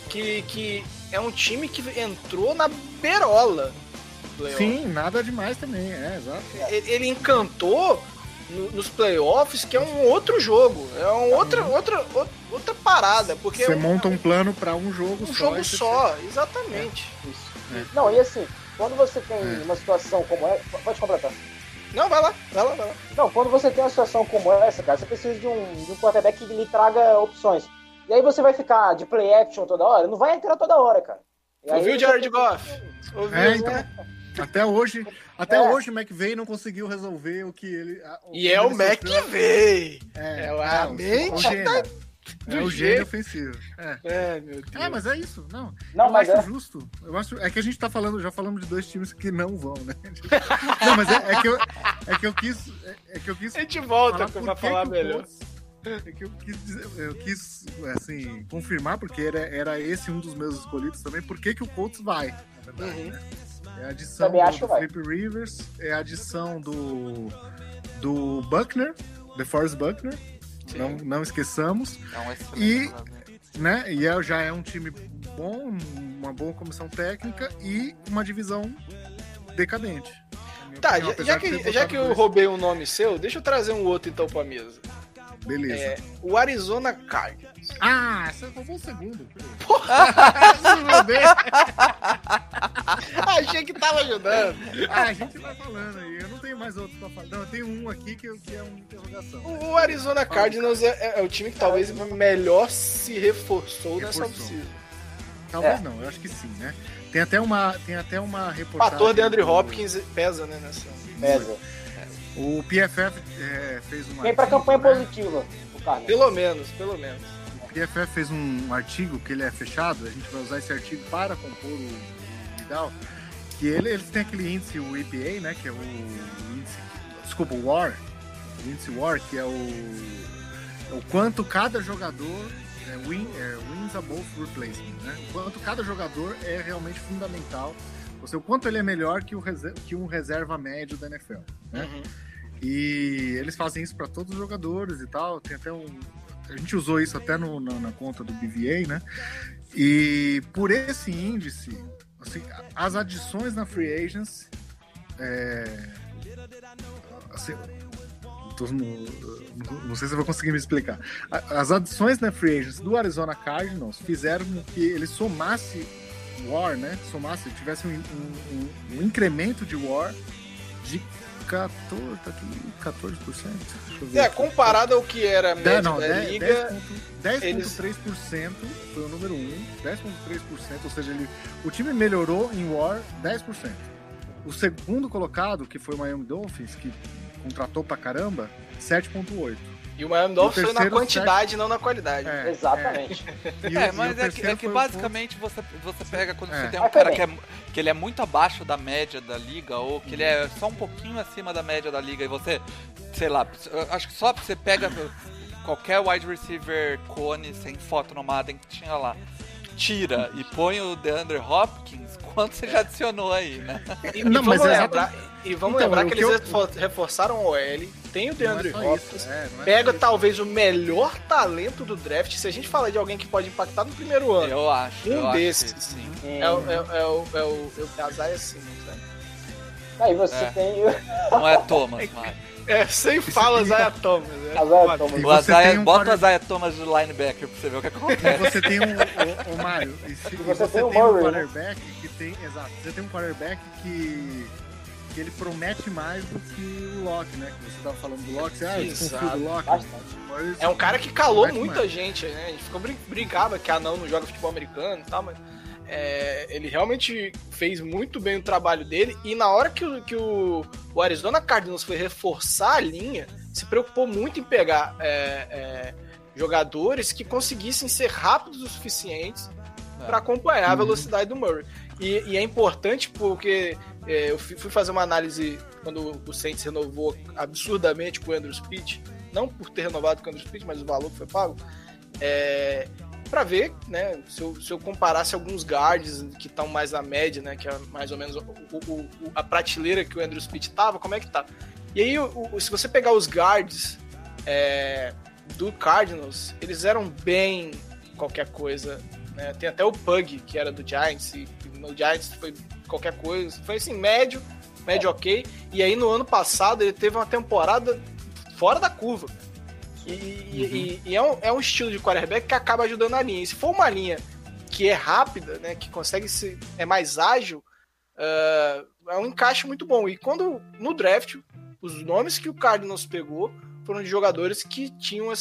que é um time que entrou na berola. Sim, nada demais também, exato. Ele encantou nos playoffs, que é um outro jogo, é uma outra parada, porque você monta um plano para um jogo só. Um jogo só, exatamente. Isso. Não, e assim, quando você tem uma situação como essa, pode completar. Não, vai lá. Não, quando você tem uma situação como essa, cara, você precisa de um quarterback que lhe traga opções. E aí você vai ficar de play action toda hora? Não vai entrar toda hora, cara. Ouviu o Jared Goff? Ouviu, então. né? Até hoje o McVay não consegueu resolver o que ele... é o McVay! A mente é o gênio ofensivo. Meu Deus. Mas é isso. Não mas acho justo. É que a gente tá falando, já falamos de 2 times que não vão, né? Não, mas é que eu quis... A gente volta pra falar melhor. É que eu quis assim, confirmar, porque era esse um dos meus escolhidos também, por que o Colts vai, na verdade, né? É a adição do Flip Rivers, é a adição do Buckner, DeForest Buckner, não esqueçamos. E já é um time bom, uma boa comissão técnica e uma divisão decadente. Tá, já que eu roubei um nome seu, deixa eu trazer um outro então pra mesa. Beleza. O Arizona Cardinals. Você roubou o segundo. Achei que tava ajudando. A gente vai falando aí. Eu não tenho mais outro pra falar. Não, eu tenho um aqui que é uma interrogação. O Arizona Cardinals é o time que talvez melhor se reforçou nessa off-season. Talvez não, eu acho que sim, né? Tem até uma reportagem. O fator de Andrew Hopkins pesa, né? Pesa. O PFF fez um Vem pra campanha positiva, o cara. Pelo menos. O PFF fez um artigo que ele é fechado, a gente vai usar esse artigo para compor o Vidal, que eles têm aquele índice, o EPA, né, que é o índice, desculpa, o WAR, o índice WAR, que é o quanto cada jogador wins above replacement, né, o quanto cada jogador é realmente fundamental, ou seja, o quanto ele é melhor que um reserva médio da NFL, né? E eles fazem isso para todos os jogadores e tal. Tem até a gente usou isso até na conta do BVA, né? E por esse índice, assim, as adições na Free Agents, assim, não sei se eu vou conseguir me explicar. As adições na Free Agents do Arizona Cardinals fizeram com que ele somasse WAR, né? Tivesse um incremento de WAR de 14%. Deixa eu ver comparado ao que era a média da liga, 10,3% foi o número 1, 10,3%, ou seja, o time melhorou em WAR 10%. O segundo colocado, que foi o Miami Dolphins, que contratou pra caramba, 7,8%. E o Miami Dolphins foi na quantidade, não na qualidade. Exatamente. Mas é que basicamente você pega quando você tem um cara que ele é muito abaixo da média da liga, ou que ele é só um pouquinho acima da média da liga, e você, sei lá, acho que só você pega qualquer wide receiver cone sem foto no Madden que tinha lá, tira e põe o DeAndre Hopkins, quanto você já adicionou aí, né? E vamos lembrar que eles reforçaram o OL, tem o DeAndre Hopkins, pega talvez o melhor talento do draft. Se a gente falar de alguém que pode impactar no primeiro ano, eu acho desses, que sim. É o Isaiah Simmons, né? Aí você tem... Não é Thomas, Mário. Sem fala Isaiah Thomas. Bota o Isaiah Thomas de linebacker pra você ver o que acontece. Você tem o Mário. Você tem um quarterback que tem... Exato. Você tem um quarterback que ele promete mais do que o Locke, né? Que você tava falando do Locke. Desconfio do Locke. É um cara que calou muita gente, né? A gente ficou brincava que não joga futebol americano e tal, mas ele realmente fez muito bem o trabalho dele. E na hora que o Arizona Cardinals foi reforçar a linha, se preocupou muito em pegar jogadores que conseguissem ser rápidos o suficientes para acompanhar a velocidade do Murray. E é importante porque eu fui fazer uma análise quando o Saints renovou absurdamente com o Andrew Speed, não por ter renovado com o Andrew Speed, mas o valor que foi pago, para ver, né, se eu comparasse alguns guards que estão mais na média, né, que é mais ou menos a prateleira que o Andrew Speed tava, como é que tá. E aí, se você pegar os guards do Cardinals, eles eram bem qualquer coisa né? Tem até o Pug, que era do Giants, e no Giants foi qualquer coisa, foi assim, médio ok, e aí no ano passado ele teve uma temporada fora da curva. E é um estilo de quarterback que acaba ajudando a linha. E se for uma linha que é rápida, né, que consegue é mais ágil, é um encaixe muito bom. E quando no draft, os nomes que o Cardinals pegou foram de jogadores que tinham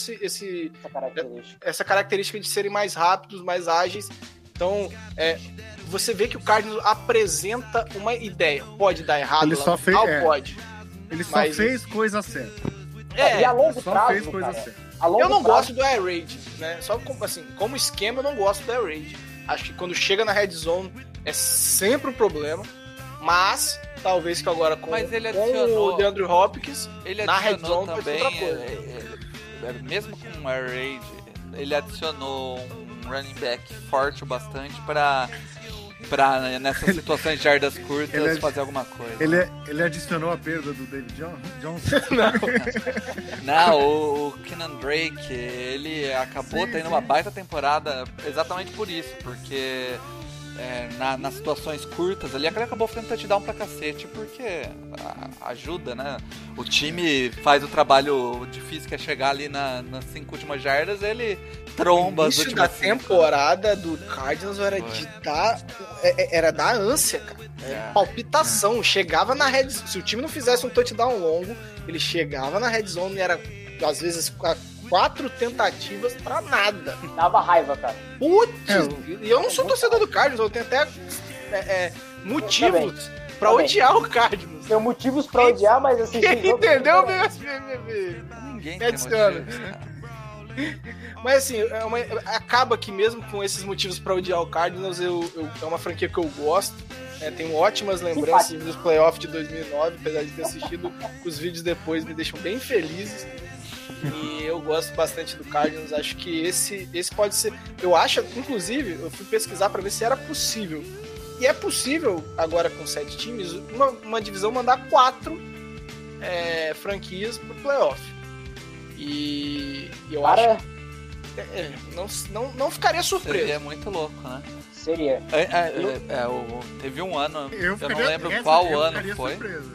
essa característica de serem mais rápidos, mais ágeis. Então, você vê que o Cardinals apresenta uma ideia. Pode dar errado, ele só fez, pode. Ele só fez coisa certa. E a longo só prazo, fez coisa cara, certa. Eu não gosto do air raid, né? Só como esquema eu não gosto do air raid. Acho que quando chega na red zone é sempre um problema, mas talvez que agora com o DeAndre Hopkins na red zone também, outra coisa. Mesmo com o air raid, ele adicionou um running back forte o bastante pra nessas situações de jardas curtas fazer alguma coisa. Ele adicionou a perda do David Johnson? Não, o Kenan Drake, ele acabou tendo uma baita temporada exatamente por isso, porque nas situações curtas ali, ele acabou fazendo touchdown pra cacete, porque ajuda, né? O time faz o trabalho difícil, que é chegar ali nas 5 últimas jardas, ele tromba as últimas. Da temporada do Cardinals era dar ânsia, cara. Palpitação. Chegava na red zone. Se o time não fizesse um touchdown longo, ele chegava na red zone e era, às vezes, 4 tentativas pra nada. Dava raiva, cara. Putz! E eu não sou torcedor do Cardinals, eu tenho até motivos pra odiar o Cardinals. Tem motivos pra odiar, mas assim... Quem entendeu, Ninguém me adiciona. Mas assim, acaba que mesmo com esses motivos pra odiar o Cardinals, é uma franquia que eu gosto. Tenho ótimas lembranças dos playoffs de 2009, apesar de ter assistido os vídeos depois, me deixam bem felizes. E eu gosto bastante do Cardinals. Acho que esse pode ser... Eu acho, inclusive, eu fui pesquisar pra ver se era possível. E é possível, agora com 7 times, uma divisão mandar 4 franquias pro playoff. E eu acho... Não ficaria surpreso. Seria muito louco, né? Seria. Teve um ano, eu não lembro qual ano foi.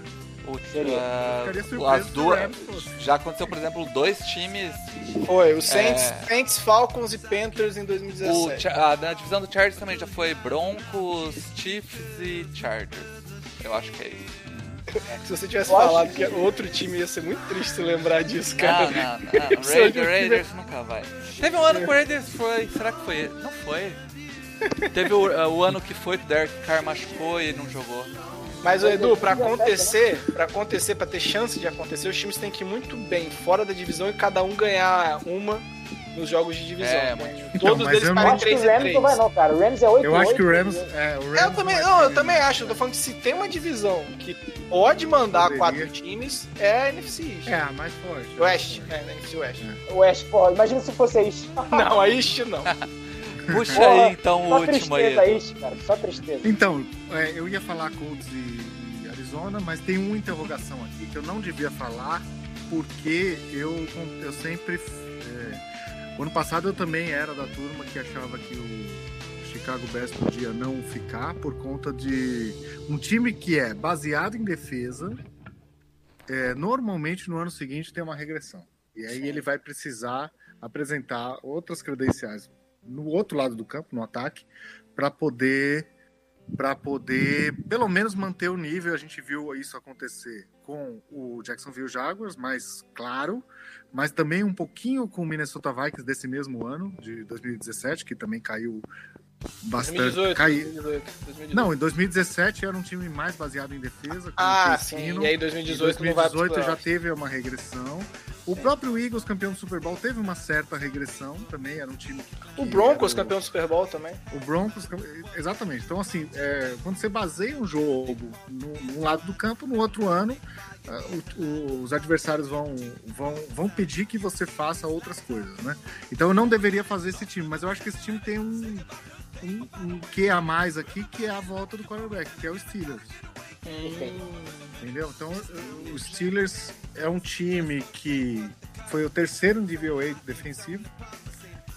As duas. Já aconteceu, por exemplo, 2 times. Foi, o Saints, Falcons e Panthers em 2017. Na divisão do Chargers também já foi Broncos, Chiefs e Chargers. Eu acho que é isso. Se você tivesse falado que outro time, ia ser muito triste se lembrar disso, cara. Não. Raiders nunca vai. Teve um ano que o Raiders foi. Será que foi? Não foi. Teve o ano que foi que o Derek Carr machucou e não jogou. Mas, Edu, pra ter chance de acontecer, os times têm que ir muito bem fora da divisão e cada um ganhar uma nos jogos de divisão. Todos eles estarem 3-3. Não vai não, cara. O Rams é 8-8. Eu acho que o Rams... Eu também acho. Eu tô falando que se tem uma divisão que pode mandar 4 times, é a NFC East. É, a mais forte. West. NFC West. West, pô. Imagina se fosse East. Não, a East não. Puxa aí, então, o último aí. East, cara. Só tristeza. Então, eu ia falar Colts e Arizona, mas tem uma interrogação aqui que eu não devia falar, porque eu sempre... O ano passado eu também era da turma que achava que o Chicago Bears podia não ficar por conta de um time que é baseado em defesa, normalmente no ano seguinte tem uma regressão. E aí ele vai precisar apresentar outras credenciais no outro lado do campo, no ataque, para poder pelo menos manter o nível. A gente viu isso acontecer com o Jacksonville Jaguars, mais claro, mas também um pouquinho com o Minnesota Vikings desse mesmo ano, de 2017, que também caiu bastante. 2018. Não, em 2017 era um time mais baseado em defesa. Sim, e aí 2018 já teve uma regressão. O próprio Eagles, campeão do Super Bowl, teve uma certa regressão também, era um time que o Broncos, campeão do Super Bowl também. O Broncos, exatamente. Então, assim, quando você baseia um jogo num lado do campo, no outro ano, os adversários vão pedir que você faça outras coisas, né? Então, eu não deveria fazer esse time, mas eu acho que esse time tem um que a mais aqui, que é a volta do quarterback, que é o Steelers. Entendeu? Então, o Steelers é um time que foi o terceiro em DVOA defensivo,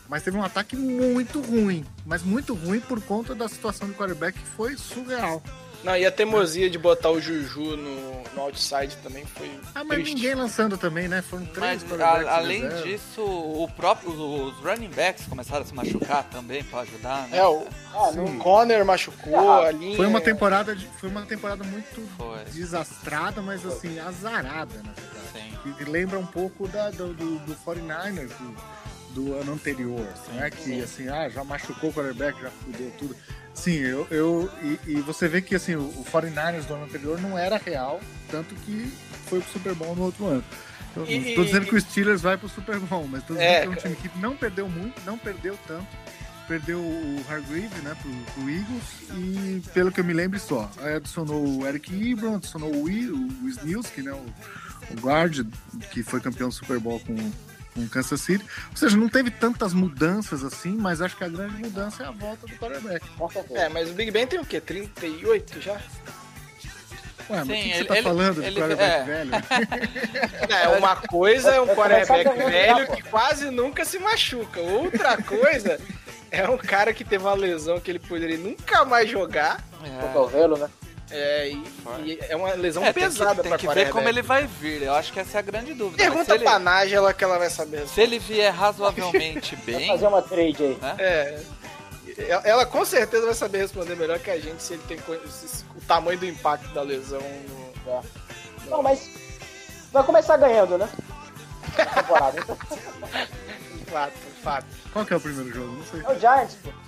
mas teve um ataque muito ruim. Mas muito ruim por conta da situação do quarterback, que foi surreal. Não, e a teimosia de botar o Juju no outside também foi mas triste. Ninguém lançando também, né? Foram 3 quarterbacks. Além disso, os running backs começaram a se machucar também pra ajudar, né? O Conner machucou, a linha... Foi uma temporada muito desastrada, mas assim, azarada, na verdade. Sim. E lembra um pouco do 49ers do ano anterior, né? Que assim, já machucou o quarterback, já fudeu tudo. Sim, e você vê que assim, o 49ers do ano anterior não era real, tanto que foi pro Super Bowl no outro ano. Então, tô dizendo que o Steelers vai pro Super Bowl, mas tô dizendo que é um time que não perdeu muito, não perdeu tanto. Perdeu o Hargrave, né, pro Eagles, e pelo que eu me lembro só, aí adicionou o Eric Ebron, adicionou o Wisniewski, né, o guard, que foi campeão do Super Bowl com Kansas City. Ou seja, não teve tantas mudanças assim, mas acho que a grande mudança é a volta do quarterback. Mas o Big Ben tem o quê? 38 já? Ué, mas o que você tá falando de quarterback velho? Uma coisa é um quarterback velho que quase nunca se machuca. Outra coisa é um cara que teve uma lesão que ele poderia nunca mais jogar. Cotovelo, né? E é uma lesão pesada pra quarterback. Tem que ver como ele vai vir, eu acho que essa é a grande dúvida. Pergunta pra Nájila que ela vai saber. Se ele vier razoavelmente bem... Vou fazer uma trade aí. Né? Ela com certeza vai saber responder melhor que a gente se ele tem o tamanho do impacto da lesão. Não, mas vai começar ganhando, né? Na temporada. Então. Fato. Qual que é o primeiro jogo? Não sei. É o Giants, pô.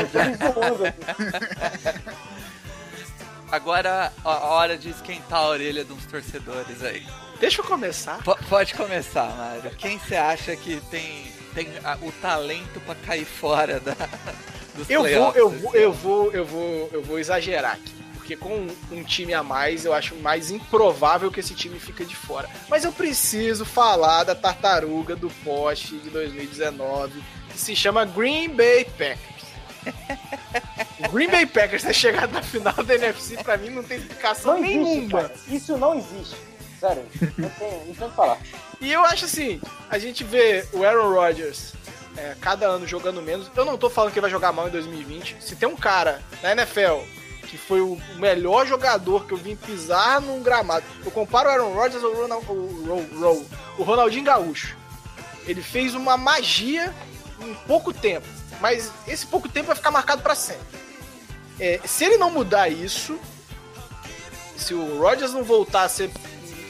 Agora, a hora de esquentar a orelha de uns torcedores aí. Deixa eu começar. Pode começar, Mário. Quem você acha que tem o talento pra cair fora dos playoffs? Eu vou exagerar aqui. Porque com um time a mais, eu acho mais improvável que esse time fique de fora. Mas eu preciso falar da tartaruga do poste de 2019, que se chama Green Bay Packers. O Green Bay Packers ter chegado na final da NFC, pra mim, não tem explicação nenhuma. Isso não existe. Sério, não tem o que falar. E eu acho assim, a gente vê o Aaron Rodgers cada ano jogando menos. Eu não tô falando que ele vai jogar mal em 2020. Se tem um cara na NFL que foi o melhor jogador que eu vi pisar num gramado, eu comparo o Aaron Rodgers ao o Ronaldinho Gaúcho. Ele fez uma magia em pouco tempo, mas esse pouco tempo vai ficar marcado pra sempre. Se ele não mudar isso, se o Rodgers não voltar a ser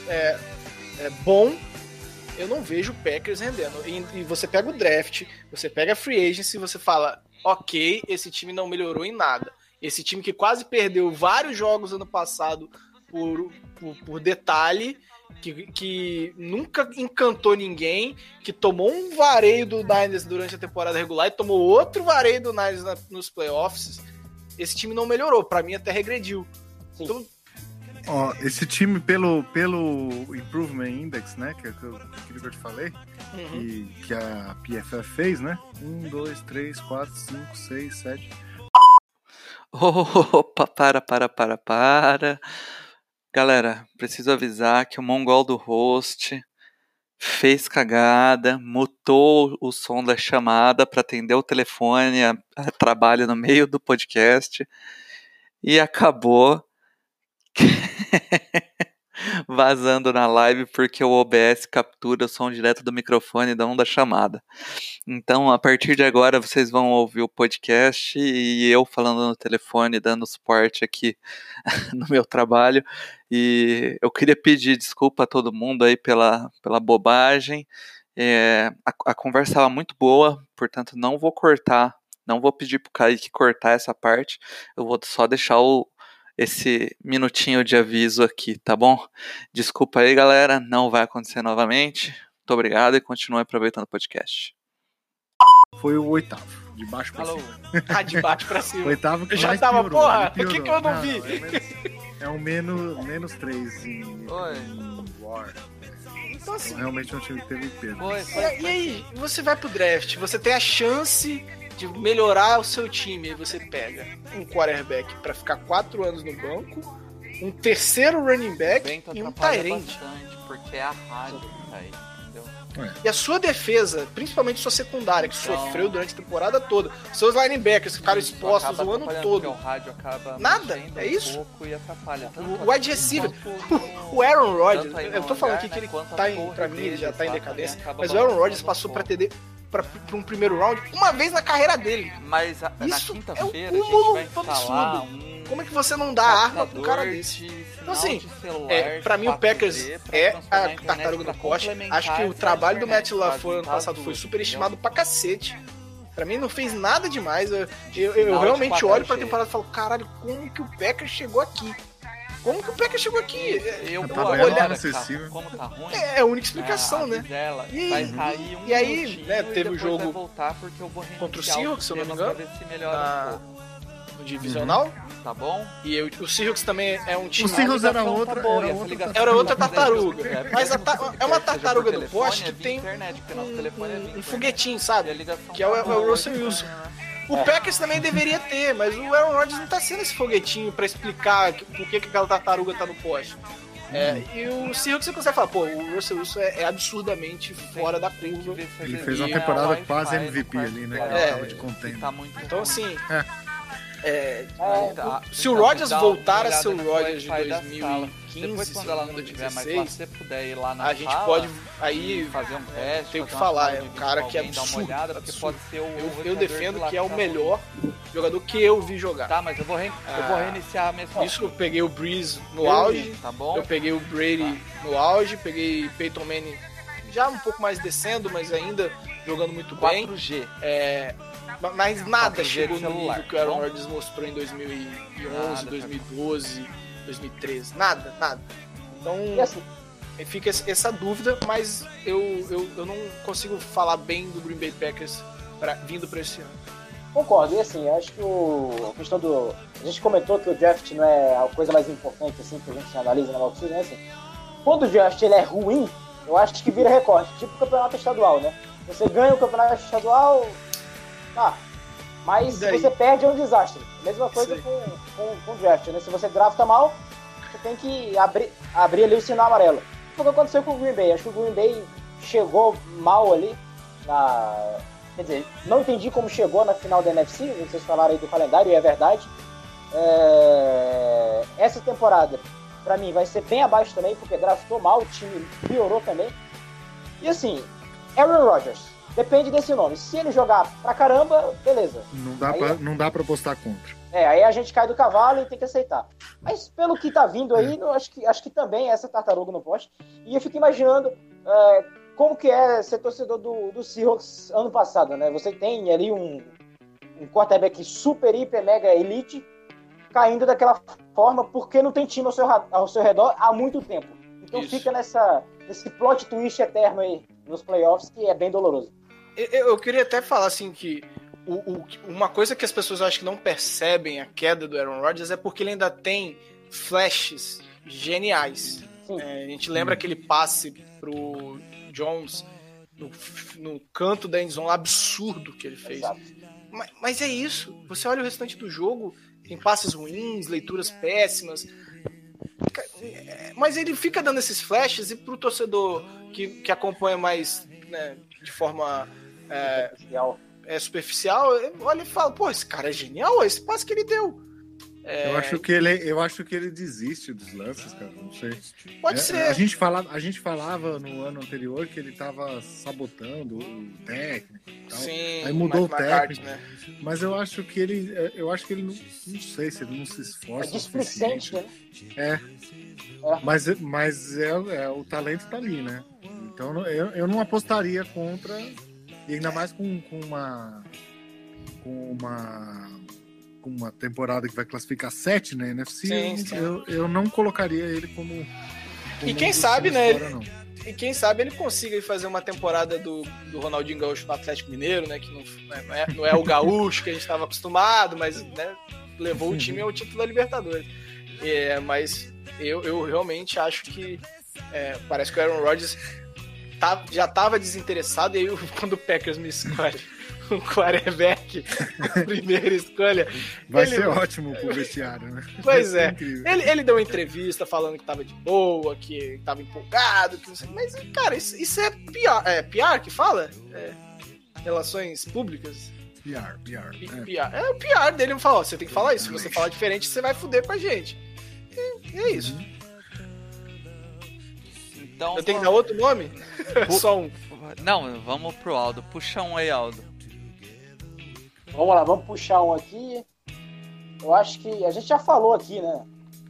bom, eu não vejo o Packers rendendo. E você pega o draft, você pega a free agency e você fala, ok, esse time não melhorou em nada. Esse time que quase perdeu vários jogos ano passado por detalhe, que nunca encantou ninguém, que tomou um vareio do Niners durante a temporada regular e tomou outro vareio do Niners nos playoffs. Esse time não melhorou, pra mim até regrediu. Então, esse time pelo Improvement Index, né, que eu te falei, que a PFF fez, né, 1, 2, 3, 4, 5, 6, 7... Opa, para. Galera, preciso avisar que o mongol do host fez cagada, mutou o som da chamada para atender o telefone a trabalho no meio do podcast e acabou vazando na live porque o OBS captura o som direto do microfone e não da chamada. Então, a partir de agora, vocês vão ouvir o podcast e eu falando no telefone, dando suporte aqui no meu trabalho. E eu queria pedir desculpa a todo mundo aí pela bobagem. A conversa estava muito boa, portanto, não vou cortar, não vou pedir pro Kaique cortar essa parte. Eu vou só deixar esse minutinho de aviso aqui, tá bom? Desculpa aí, galera, não vai acontecer novamente. Muito obrigado e continue aproveitando o podcast. Foi o oitavo, de baixo pra cima. De baixo pra cima. O oitavo que eu já mais tava, piorou, porra, por que eu não vi? É um menos 3 em War. Então, assim, realmente é um time que teve perda. E aí, você vai pro draft, você tem a chance de melhorar o seu time, aí você pega um quarterback pra ficar 4 anos no banco, um terceiro running back e um tight end. Porque é a rádio que tá aí, entendeu? E a sua defesa, principalmente sua secundária, que sofreu durante a temporada toda, seus linebackers ficaram expostos o ano todo. O rádio acaba nada, é isso? E atrapalha o wide receiver, o Aaron Rodgers, eu tô falando aqui que ele tá em, pra mim, ele já tá em decadência, mas o Aaron Rodgers passou pra TD pra um primeiro round uma vez na carreira dele. Mas isso na quinta-feira a gente vai instalar como é que você não dá arma pro cara desse? Então assim, pra mim o Packers é a tartaruga do poste. Acho que o trabalho do Matt LaFleur ano passado foi superestimado pra cacete. Pra mim não fez nada demais. Eu realmente olho pra temporada e falo, caralho, como que o Packers chegou aqui? Como que o Packers chegou aqui? Eu vou olhar como tá ruim. É a única explicação, né? E aí, né, teve o jogo contra o Seahawks, se eu não me engano, no divisional. Tá bom? E o Seahawks também é um time... O Seahawks era outra tartaruga. Mas é uma tartaruga do poste que tem um foguetinho, sabe? Que é o Russell Wilson. O Packers também deveria ter, mas o Aaron Rodgers não tá sendo esse foguetinho pra explicar por que aquela tartaruga tá no poste. E o Seahawks você consegue falar, pô, o Russell Wilson é absurdamente fora da curva. Ele fez uma temporada quase MVP ali, né? Que tava de contento. Então assim... se o Rodgers voltar a ser o Rodgers de 2015, depois quando ela não tiver mais lá, se você puder ir lá na a gente pode aí fazer um teste, tem o que falar, é um cara que é absurdo, porque pode ser eu defendo que é o melhor jogador que eu vi jogar. Tá, mas eu vou reiniciar mesmo. Isso que eu peguei o Breeze no auge, tá bom? Eu peguei o Brady no auge, peguei Peyton Manning já um pouco mais descendo, mas ainda jogando muito bem. 4G. Mas nada chegou no nível que o Aaron Rodgers mostrou em 2011, 2012, 2013. Nada. Então, fica essa dúvida, mas eu não consigo falar bem do Green Bay Packers vindo para esse ano. Concordo, e assim, acho que a questão do... A gente comentou que o draft não é a coisa mais importante, assim, que a gente analisa na off-season, né? Assim, quando o draft ele é ruim, eu acho que vira recorte, tipo o campeonato estadual, né? Você ganha o campeonato estadual... mas se você perde é um desastre. Mesma coisa com o draft, né? Se você drafta mal, você tem que abrir ali o sinal amarelo. Foi o que aconteceu com o Green Bay. Acho que o Green Bay chegou mal ali quer dizer, não entendi como chegou na final da NFC. Vocês falaram aí do calendário e é verdade. Essa temporada, pra mim, vai ser bem abaixo também, porque draftou mal, o time piorou também. E assim, Aaron Rodgers, depende desse nome. Se ele jogar pra caramba, beleza. Não dá pra postar contra. Aí a gente cai do cavalo e tem que aceitar. Mas pelo que tá vindo aí, acho que também é essa tartaruga no poste. E eu fico imaginando como que é ser torcedor do Seahawks ano passado, né? Você tem ali um quarterback super, hiper, mega elite caindo daquela forma porque não tem time ao seu redor há muito tempo. Então fica nesse plot twist eterno aí nos playoffs que é bem doloroso. Eu queria até falar assim que uma coisa que as pessoas acho que não percebem a queda do Aaron Rodgers é porque ele ainda tem flashes geniais. A gente lembra aquele passe pro Jones no canto da endzone absurdo que ele fez. Mas é isso. Você olha o restante do jogo, tem passes ruins, leituras péssimas. Mas ele fica dando esses flashes e pro torcedor que acompanha mais, né, de forma superficial, olha e fala, pô, esse cara é genial, esse passe que ele deu. Eu acho que ele desiste dos lances, cara, não sei. Pode ser. A gente falava no ano anterior que ele tava sabotando o técnico e tal. Sim, aí mudou o técnico, né? Mas eu acho que ele não sei se ele não se esforça o suficiente. Né? Mas o talento tá ali, né? Então eu não apostaria contra, e ainda mais com uma temporada que vai classificar 7 na NFC, eu não colocaria ele como e quem sabe, né? E quem sabe ele consiga fazer uma temporada do Ronaldinho Gaúcho no Atlético Mineiro, né? Que não é o gaúcho que a gente estava acostumado, mas, né, levou o time ao título da Libertadores. Mas eu realmente acho que parece que o Aaron Rodgers já estava desinteressado, e aí quando o Packers me escolhe um quarterback primeira escolha. Vai ser ótimo pro vestiário, né? Pois é. Ele deu uma entrevista falando que tava de boa, que tava empolgado, que não sei. Mas, cara, isso é PR. É PR que fala? Relações públicas? PR. É o PR dele. Ele fala, você tem que falar isso. Se você falar diferente, você vai foder com a gente. É isso. Então, eu tenho que dar outro nome? Só um. Não, vamos pro Aldo. Puxa um aí, Aldo. Vamos lá, vamos puxar um aqui. Eu acho que a gente já falou aqui, né?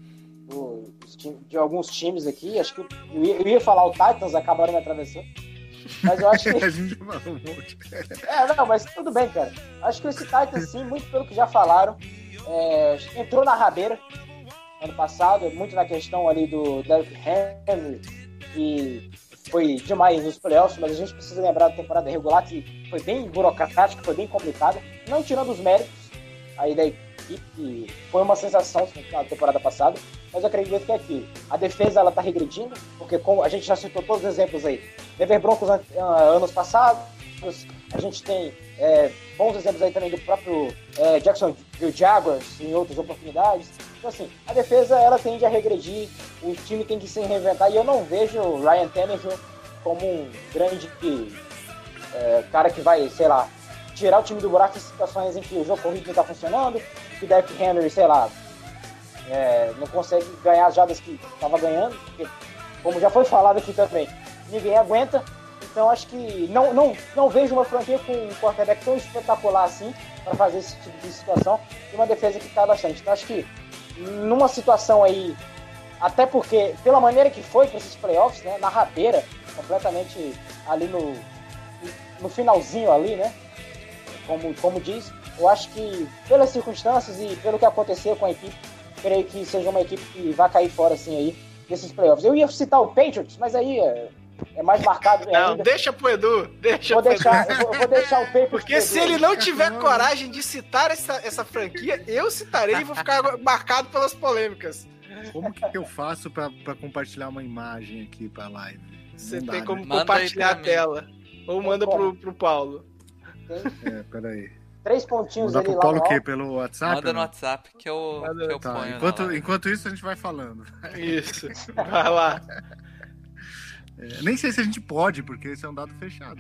De alguns times aqui. Acho que eu ia falar o Titans, acabaram me atravessando. Mas eu acho que... A gente já falou um monte. Não, mas tudo bem, cara. Acho que esse Titans, sim, muito pelo que já falaram, entrou na rabeira ano passado, muito na questão ali do Derrick Henry, que foi demais nos playoffs, mas a gente precisa lembrar da temporada regular, que foi bem burocrática, foi bem complicada, não tirando os méritos aí da equipe, que foi uma sensação na temporada passada, mas eu acredito que é aqui. A defesa, ela tá regredindo, porque como a gente já citou todos os exemplos aí, Denver Broncos anos passados, a gente tem bons exemplos aí também do próprio Jacksonville Jaguars em outras oportunidades. Então, assim, a defesa, ela tende a regredir, o time tem que se reinventar, e eu não vejo o Ryan Tannehill como um grande cara que vai, sei lá, tirar o time do buraco em situações em que o jogo corrido não está funcionando, que o Derrick Henry, sei lá, não consegue ganhar as jardas que estava ganhando, porque, como já foi falado aqui também, ninguém aguenta. Então acho que não vejo uma franquia com um quarterback tão espetacular assim para fazer esse tipo de situação, e uma defesa que cai bastante. Então acho que numa situação aí, até porque pela maneira que foi para esses playoffs, né, na rabeira, completamente ali no finalzinho ali, né, como diz, eu acho que pelas circunstâncias e pelo que aconteceu com a equipe, creio que seja uma equipe que vai cair fora assim aí desses playoffs. Eu ia citar o Patriots, mas aí é mais marcado. Não, ainda. Deixa pro Edu. Eu vou deixar o Patriots. Porque se ele não tiver coragem de citar essa franquia, eu citarei e vou ficar marcado pelas polêmicas. Como que eu faço pra compartilhar uma imagem aqui pra live? Você tem como compartilhar a tela. Ou manda pro Paulo. Peraí. 3 pontinhos ali lá. Paulo o quê? Pelo WhatsApp? Manda no WhatsApp que eu ponho. Enquanto isso, a gente vai falando. Isso. Vai lá. Nem sei se a gente pode, porque esse é um dado fechado.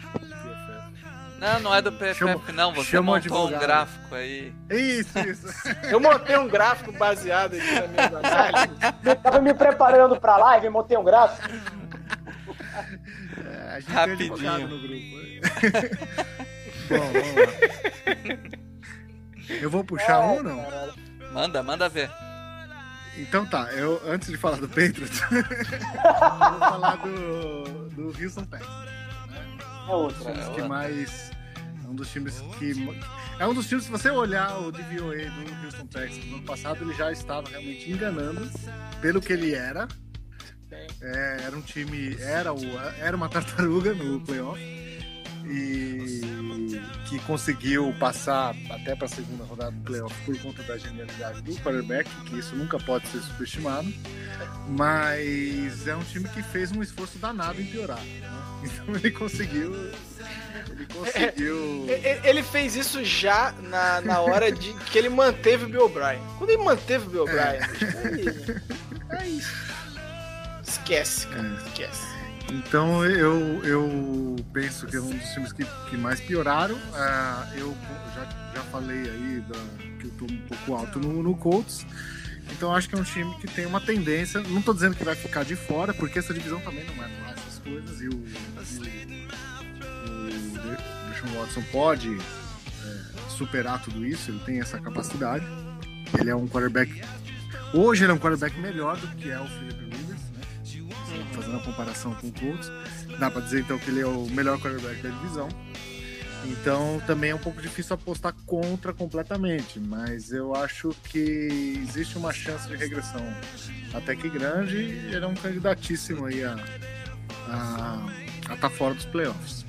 Não é do PFF, não. Você montou um gráfico aí. Isso. Eu montei um gráfico baseado aqui na minha análise. Eu tava me preparando pra live e montei um gráfico. A gente rapidinho no grupo. Bom, vamos lá. Eu vou puxar um ou não? Manda ver. Então tá, eu antes de falar do Patriots, eu vou falar do Houston Texans. Né? Um dos times que, se você olhar o DVOA do Houston Texans no ano passado, ele já estava realmente enganando pelo que ele era. Era um time, era uma tartaruga no playoff e que conseguiu passar até para a segunda rodada do playoff por conta da genialidade do quarterback, que isso nunca pode ser subestimado, mas é um time que fez um esforço danado em piorar, né? Então ele conseguiu. Ele fez isso já na hora de que ele manteve o Bill O'Brien. Quando ele manteve o Bill O'Brien, é isso. Esquece, cara. Esquece. Então eu penso que é um dos times que mais pioraram. Eu já falei aí que eu tô um pouco alto no Colts. Então acho que é um time que tem uma tendência. Não tô dizendo que vai ficar de fora, porque essa divisão também não é lá essas coisas. E o Deshaun Watson pode superar tudo isso. Ele tem essa capacidade. Ele é um quarterback. Hoje ele é um quarterback melhor do que é o Philip Rivers, né? Fazendo a comparação com o Colts, dá pra dizer então que ele é o melhor quarterback da divisão. Então também é um pouco difícil apostar contra completamente, mas eu acho que existe uma chance de regressão até que grande, e ele é um candidatíssimo aí a estar fora dos playoffs.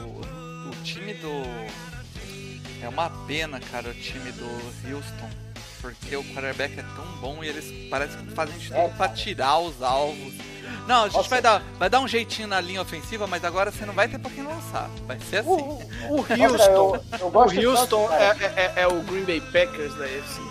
O time do... É uma pena, cara, o time do Houston. porque o quarterback é tão bom e eles parecem que fazem de tudo pra tirar os alvos. Não, a gente vai dar um jeitinho na linha ofensiva, mas agora você não vai ter pra quem lançar. Vai ser assim. O Houston é o Green Bay Packers da AFC.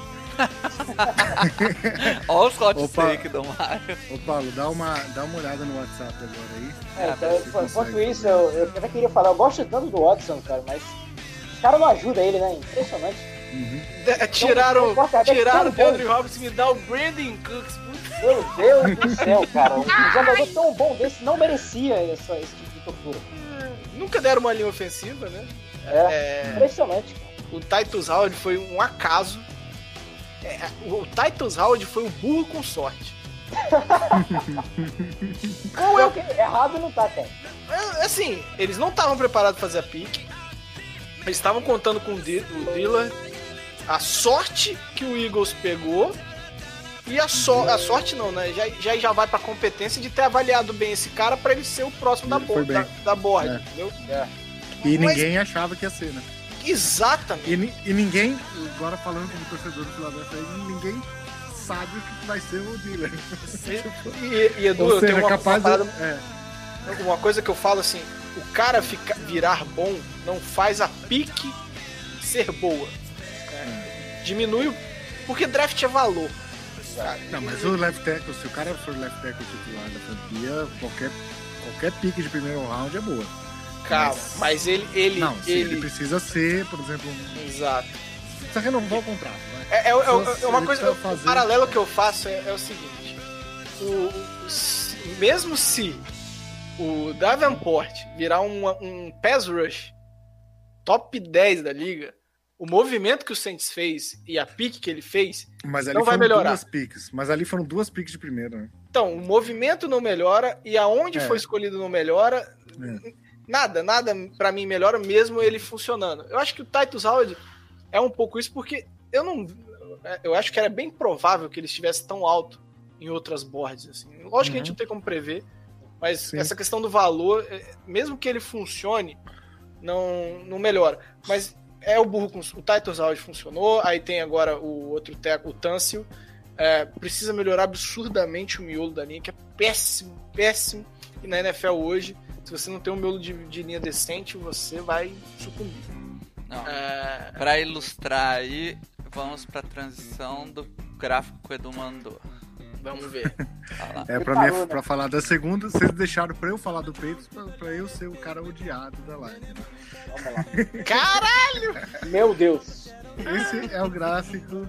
Olha os hot take do Mário. Ô Paulo, dá uma olhada no WhatsApp agora aí. Enquanto isso, eu até queria falar, eu gosto tanto do Watson, cara, mas os caras não ajudam ele, né? Impressionante. Tiraram o DeAndre Hopkins e me dá o Brandon Cooks. Meu Deus do céu, cara. Um jogador tão bom desse não merecia esse tipo de tortura. Nunca deram uma linha ofensiva, né? Impressionante. O Titus Howard foi um acaso. O Titus Howard foi um burro com sorte. Errado não tá, cara. Assim, eles não estavam preparados para fazer a pique. Eles estavam contando com o Dillard. A sorte que o Eagles pegou. E a sorte não, né? Já vai pra competência de ter avaliado bem esse cara pra ele ser o próximo da board, entendeu? E ninguém achava que ia ser, né? Exatamente. E ninguém, agora falando como torcedor do Philadelphia, ninguém sabe o que vai ser o Dillard. E Edu, eu tenho uma coisa que eu falo assim, o cara virar bom não faz a pique ser boa. Diminui porque draft é valor. Não, mas o left tackle, se o cara for left tackle titular da franquia, qualquer pique de primeiro round é boa. Calma, mas ele precisa ser, por exemplo... Exato. Precisa renovar o contrato, né? É uma coisa, o paralelo que eu faço é o seguinte, mesmo se o Davenport virar um pass rush top 10 da liga, o movimento que o Saints fez e a pique que ele fez não vai melhorar. Mas ali foram duas piques de primeiro, né? Então, o movimento não melhora e aonde foi escolhido não melhora. Nada pra mim melhora mesmo ele funcionando. Eu acho que o Titus Howard é um pouco isso porque eu acho que era bem provável que ele estivesse tão alto em outras boards. Assim. Lógico que a gente não tem como prever, mas essa questão do valor, mesmo que ele funcione, não melhora. Mas o burro com o Titus Howard funcionou, aí tem agora o outro teco, o Tunsil. Precisa melhorar absurdamente o miolo da linha, que é péssimo. E na NFL hoje, se você não tem um miolo de linha decente, você vai sucumbir. Pra ilustrar aí, vamos pra transição do gráfico que o Edu mandou. Vamos ver. Pra falar da segunda, vocês deixaram pra eu falar do Patriots pra eu ser o cara odiado da live. Vamos lá. Caralho! Meu Deus. Esse é o gráfico.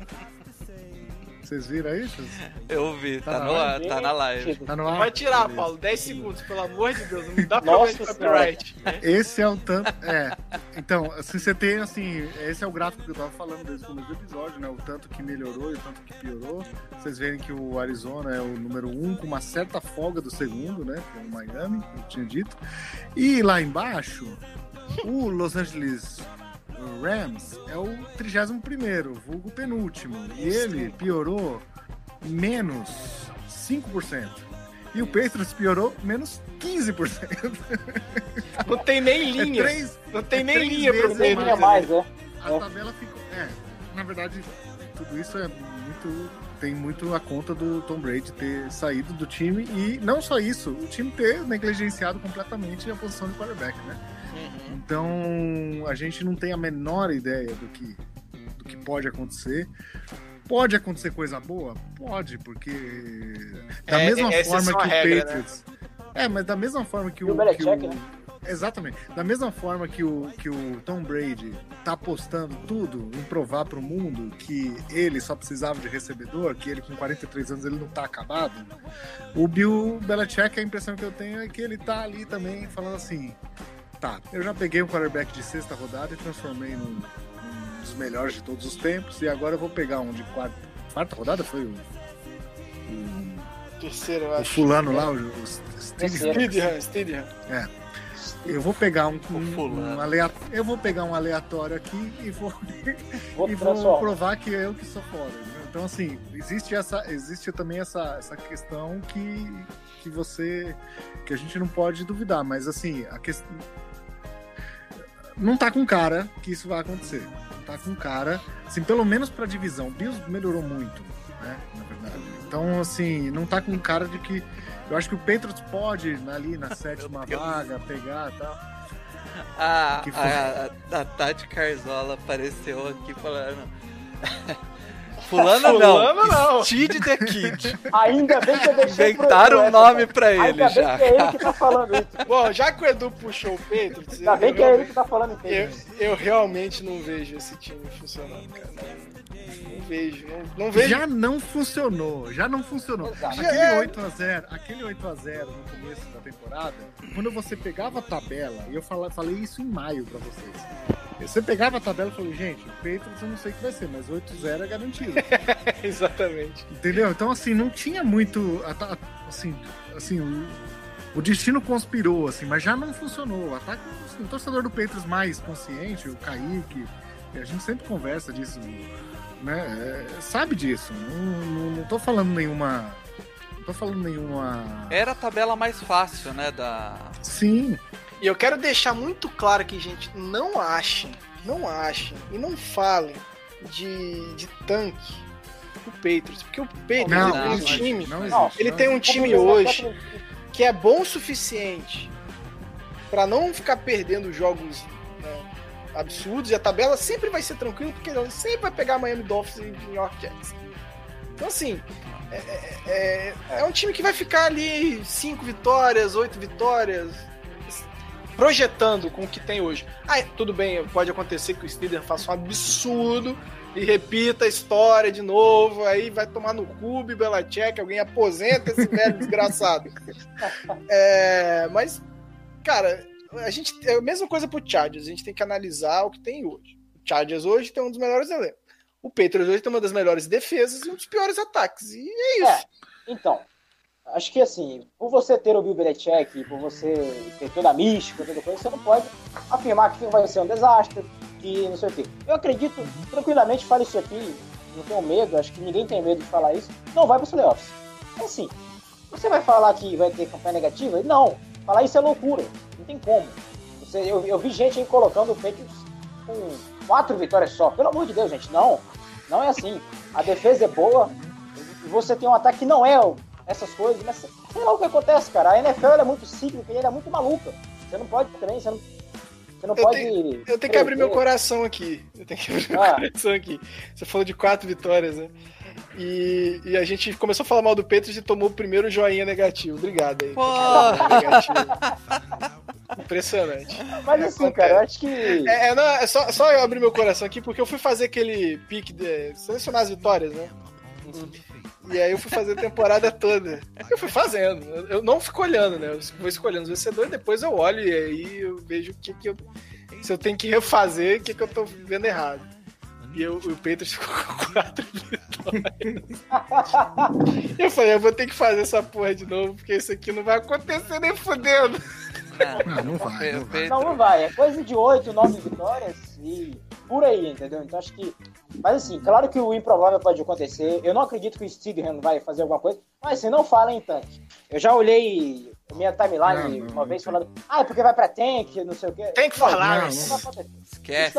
Vocês viram aí? Eu vi, tá na live. Tá no ar? Vai tirar, Paulo, 10 segundos, pelo amor de Deus. Não dá pra ver copyright. Esse é o tanto. Então, se você tem assim, esse é o gráfico que eu tava falando desde o começo do episódio, né? O tanto que melhorou e o tanto que piorou. Vocês verem que o Arizona é o número 1 com uma certa folga do segundo, né? Que é o Miami, eu tinha dito. E lá embaixo, o Los Angeles Rams é o 31º, vulgo penúltimo. E ele piorou menos 5%. E o Patriots piorou menos 15%. Não tem nem linha. Não tem nem linha pro meio. A tabela ficou... na verdade, tudo isso tem muito a conta do Tom Brady ter saído do time. E não só isso, o time ter negligenciado completamente a posição de quarterback, né? Então, a gente não tem a menor ideia do que pode acontecer. Pode acontecer coisa boa? Pode, porque da mesma forma que o Patriots... Né? Mas da mesma forma que o... Exatamente. Da mesma forma que o Tom Brady tá apostando tudo em provar pro mundo que ele só precisava de recebedor, que ele com 43 anos ele não tá acabado, o Bill Belichick, a impressão que eu tenho é que ele tá ali também falando assim... Tá, eu já peguei um quarterback de 6ª rodada e transformei num dos melhores de todos os tempos, e agora eu vou pegar um de 4ª rodada, foi o terceiro, eu acho. O fulano lá, o Stidham. Eu vou pegar um aleatório aqui e vou provar que eu que sou foda. Né? Então, assim, existe também essa questão que a gente não pode duvidar, mas assim, a questão não tá com cara que isso vai acontecer. tá com cara, assim, pelo menos pra divisão. O Bills melhorou muito, né, na verdade. Então, assim, não tá com cara de que... Eu acho que o Patriots pode, ali na 7ª vaga, pegar e tal. A Tati Carzola apareceu aqui falando... Fulano não. Steve the Kid. Ainda bem que eu deixei inventaram um nome pra ele já. Ainda bem que é ele que tá falando isso. Bom, já que o Edu puxou o Patriots... Ainda bem que é ele que tá falando isso. Eu realmente não vejo esse time funcionando, cara. Não vejo. Já não funcionou. Exato. Aquele 8x0 no começo da temporada, quando você pegava a tabela, e eu falei isso em maio pra vocês. Você pegava a tabela e falou, gente, o Patriots eu não sei o que vai ser, mas 8-0 é garantido. Exatamente. Entendeu? Então, assim, não tinha muito... o destino conspirou, assim, mas já não funcionou. Assim, o torcedor do Patriots mais consciente, o Kaique, a gente sempre conversa disso, né? Sabe disso. Não tô falando nenhuma... Era a tabela mais fácil, né? Sim. E eu quero deixar muito claro que, gente, não achem e não falem de tanque pro Patriots, porque o Patriots tem um time hoje que é bom o suficiente pra não ficar perdendo jogos, né, absurdos, e a tabela sempre vai ser tranquila, porque ele sempre vai pegar Miami Dolphins e New York Jets. Então, assim, é um time que vai ficar ali 5 vitórias, 8 vitórias, projetando com o que tem hoje. Tudo bem, pode acontecer que o Steelers faça um absurdo e repita a história de novo, aí vai tomar no cu, Belichick, alguém aposenta esse velho desgraçado. Mas, cara, é a mesma coisa pro Chargers, a gente tem que analisar o que tem hoje. O Chargers hoje tem um dos melhores elencos. O Patriots hoje tem uma das melhores defesas e um dos piores ataques, e é isso. Então, acho que assim, por você ter o Bill Belichick, por você ter toda a mística, toda coisa, você não pode afirmar que vai ser um desastre, que não sei o quê. Eu acredito, tranquilamente, falo isso aqui, não tenho medo, acho que ninguém tem medo de falar isso, não vai para os playoffs. Então, assim, você vai falar que vai ter campanha negativa? Não, falar isso é loucura, não tem como. Eu vi gente aí colocando o Patriots com 4 vitórias só, pelo amor de Deus, gente, não é assim. A defesa é boa, e você tem um ataque que não é essas coisas, mas sei lá o que acontece, cara. A NFL é muito cíclica e ela é muito maluca. Você não pode também, você não pode... Eu tenho que abrir meu coração aqui. Você falou de 4 vitórias, né? E a gente começou a falar mal do Patriots e tomou o primeiro joinha negativo. Obrigado aí. Impressionante. Mas assim, cara, eu acho que... Só eu abrir meu coração aqui, porque eu fui fazer aquele pique de selecionar as vitórias, né? E aí eu fui fazer a temporada toda. Eu fui fazendo. Eu não fico olhando, né? Eu vou escolhendo os vencedores, depois eu olho e aí eu vejo se eu tenho que refazer, o que eu tô vendo errado. E o Patriots ficou com 4 vitórias. Eu falei, eu vou ter que fazer essa porra de novo, porque isso aqui não vai acontecer nem fudendo. Não vai. É coisa de 8, 9 vitórias e por aí, entendeu? Então acho que... Mas assim, claro que o improvável pode acontecer. Eu não acredito que o Stidham vai fazer alguma coisa, mas assim, não fala em tanque. Eu já olhei minha timeline uma vez falando, é porque vai pra tank, não sei o quê. Tem que falar. Não vai acontecer. Esquece.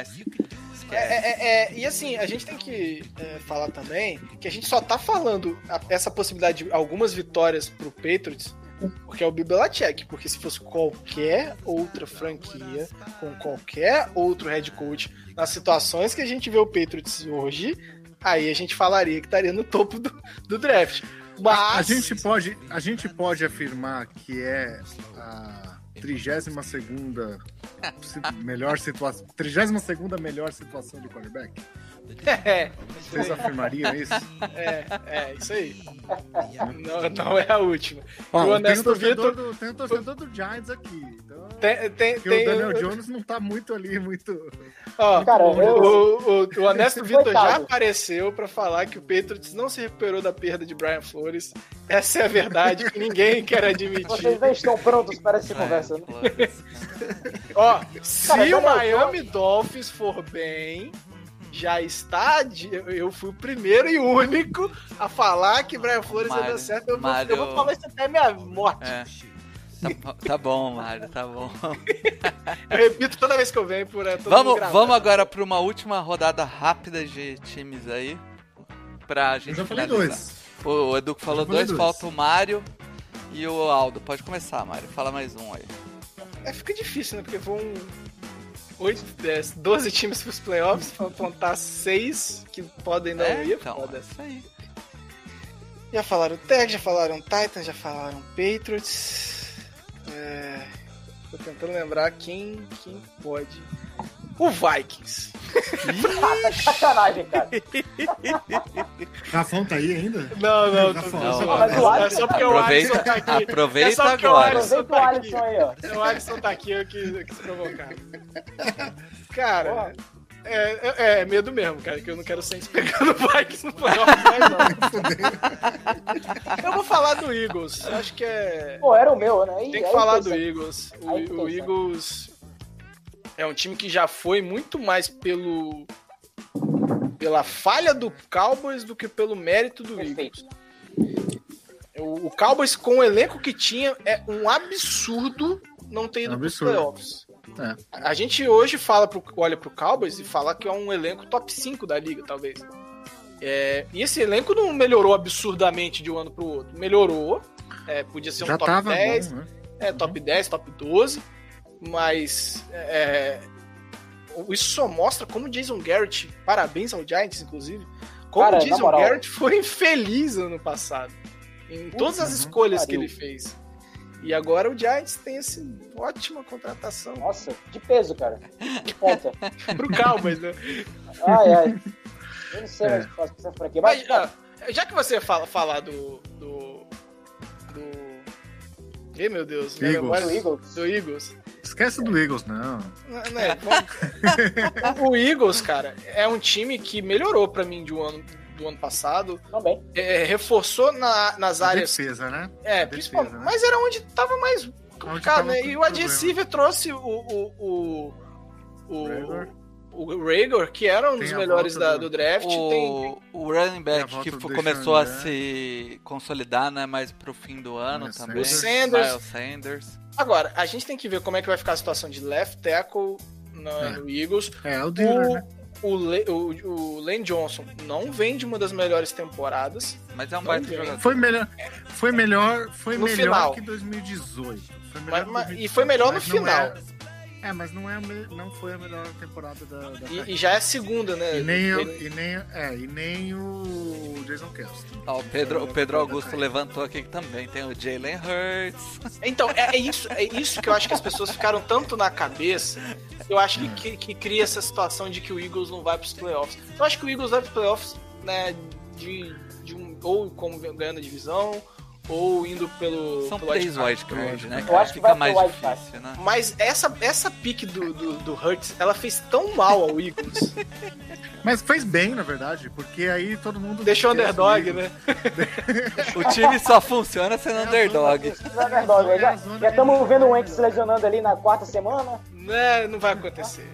E assim, a gente tem que falar também que a gente só tá falando essa possibilidade de algumas vitórias pro Patriots porque é o Bill Belichick, porque se fosse qualquer outra franquia, com qualquer outro head coach, nas situações que a gente vê o Patriots hoje, aí a gente falaria que estaria no topo do draft. Mas... A gente pode afirmar que é a 32ª melhor situação, 32ª melhor situação de quarterback? Vocês afirmariam isso? Isso aí. Não é a última. Ó, tem um torcedor do Giants aqui. Então, o Daniel Jones não tá muito ali, Ó, cara, o Honesto Vitor já apareceu pra falar que o Patriots não se recuperou da perda de Brian Flores. Essa é a verdade que ninguém quer admitir. Vocês não estão prontos para essa conversa, né? Ó, se o Miami Dolphins for bem, já está. Eu fui o primeiro e único a falar que Brian Flores ia dar certo. Eu vou falar isso até minha morte. Tá bom, Mário, tá bom. Eu repito toda vez que eu venho por Vamos agora para uma última rodada rápida de times aí. Pra gente eu já falei finalizar. 2. O Edu falou 2, falta o Mário e o Aldo. Pode começar, Mário. Fala mais um aí. Fica difícil, né? Porque vão 12 times pros playoffs, pra apontar 6 que podem não ir. Então, é isso aí. Já falaram Tech, já falaram Titans, já falaram Patriots. Tô tentando lembrar quem pode. O Vikings. Sacanagem, cara. Rafão tá aí ainda? Não. É só porque o Alisson tá aqui. Aproveita agora. Aproveita o Alisson aí, ó. O Alisson tá aqui, eu quis provocar. Cara, é medo mesmo, cara, que eu não quero Saints pegando Vikings no playoff, não. Eu vou falar do Eagles. Acho que é... Pô, era o meu, né? Tem que falar do Eagles. O Eagles é um time que já foi muito mais pela falha do Cowboys do que pelo mérito do Eagles. O Cowboys, com o elenco que tinha, é um absurdo não ter ido pros playoffs. A gente hoje olha pro Cowboys e fala que é um elenco top 5 da liga, talvez. E esse elenco não melhorou absurdamente de um ano pro outro. Melhorou. Podia ser um top 10. Bom, né? Top 10, top 12. Mas isso só mostra como o Jason Garrett, parabéns ao Giants, inclusive, como o Jason Garrett foi infeliz ano passado. Em todas as escolhas que ele fez. E agora o Giants tem essa ótima contratação. Nossa, de peso, cara. De ponta. Pro Cowboys, né? Ai. Eu não sei mais o que faço com essa franquia. Mas já que você falar do meu Deus, do Eagles. Esquece do Eagles, não. O Eagles, cara, é um time que melhorou pra mim do ano passado. Também. Reforçou nas áreas. Defesa, né? Principalmente. Né? Mas era onde tava mais complicado, né? E o wide receiver trouxe o Rager, que era um dos melhores do draft. O running back que começou a se consolidar, né? Mais pro fim do ano também. O Sanders. Agora, a gente tem que ver como é que vai ficar a situação de left tackle no Eagles. O Diller, né? O Lane Johnson não vem de uma das melhores temporadas. Mas é um baita jogador. Foi melhor final. Que 2018. Foi melhor no final. Mas não foi a melhor temporada da e já é a segunda, né? E nem o Jason Kelce. O Pedro Augusto levantou aqui que também tem o Jalen Hurts. Então, é isso que eu acho que as pessoas ficaram tanto na cabeça. Eu acho que cria essa situação de que o Eagles não vai pros playoffs. Eu acho que o Eagles vai pros playoffs, né, ou como ganhando a divisão, ou indo pelo... São 3 wildcards, né? Eu acho que fica vai mais difícil, né? Mas essa pick do Hurts, ela fez tão mal ao Eagles. Mas fez bem, na verdade, porque aí todo mundo... Deixou underdog, né? O time só funciona sendo underdog. Já estamos vendo o Wentz se lesionando ali na 4ª semana. Não vai acontecer.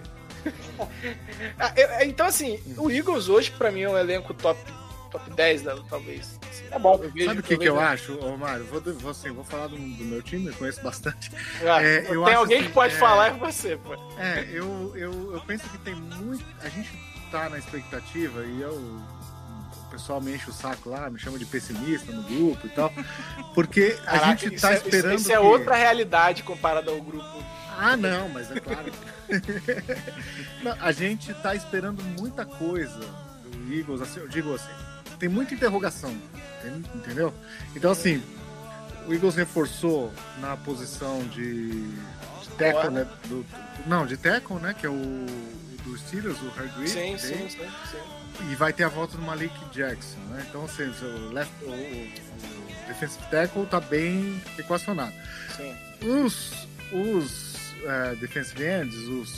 Então, assim, o Eagles hoje, pra mim, é um elenco top 10, talvez. É bom. Sabe o que eu acho, Mário? Vou falar do meu time, eu conheço bastante. Tem alguém que pode falar, é você, pô. Eu penso que tem muito... A gente tá na expectativa e o pessoal me enche o saco lá, me chama de pessimista no grupo e tal, porque a gente tá esperando... Isso é outra realidade comparada ao grupo. Não, mas é claro. Não, a gente tá esperando muita coisa do Eagles, assim, eu digo assim, tem muita interrogação, entendeu? Então, assim, o Eagles reforçou na posição de tackle, né? De tackle, né? Que é o do Steelers, o Hargreaves. Sim. E vai ter a volta do Malik Jackson, né? Então, assim, o defensive tackle tá bem equacionado. Sim. Os defensive ends,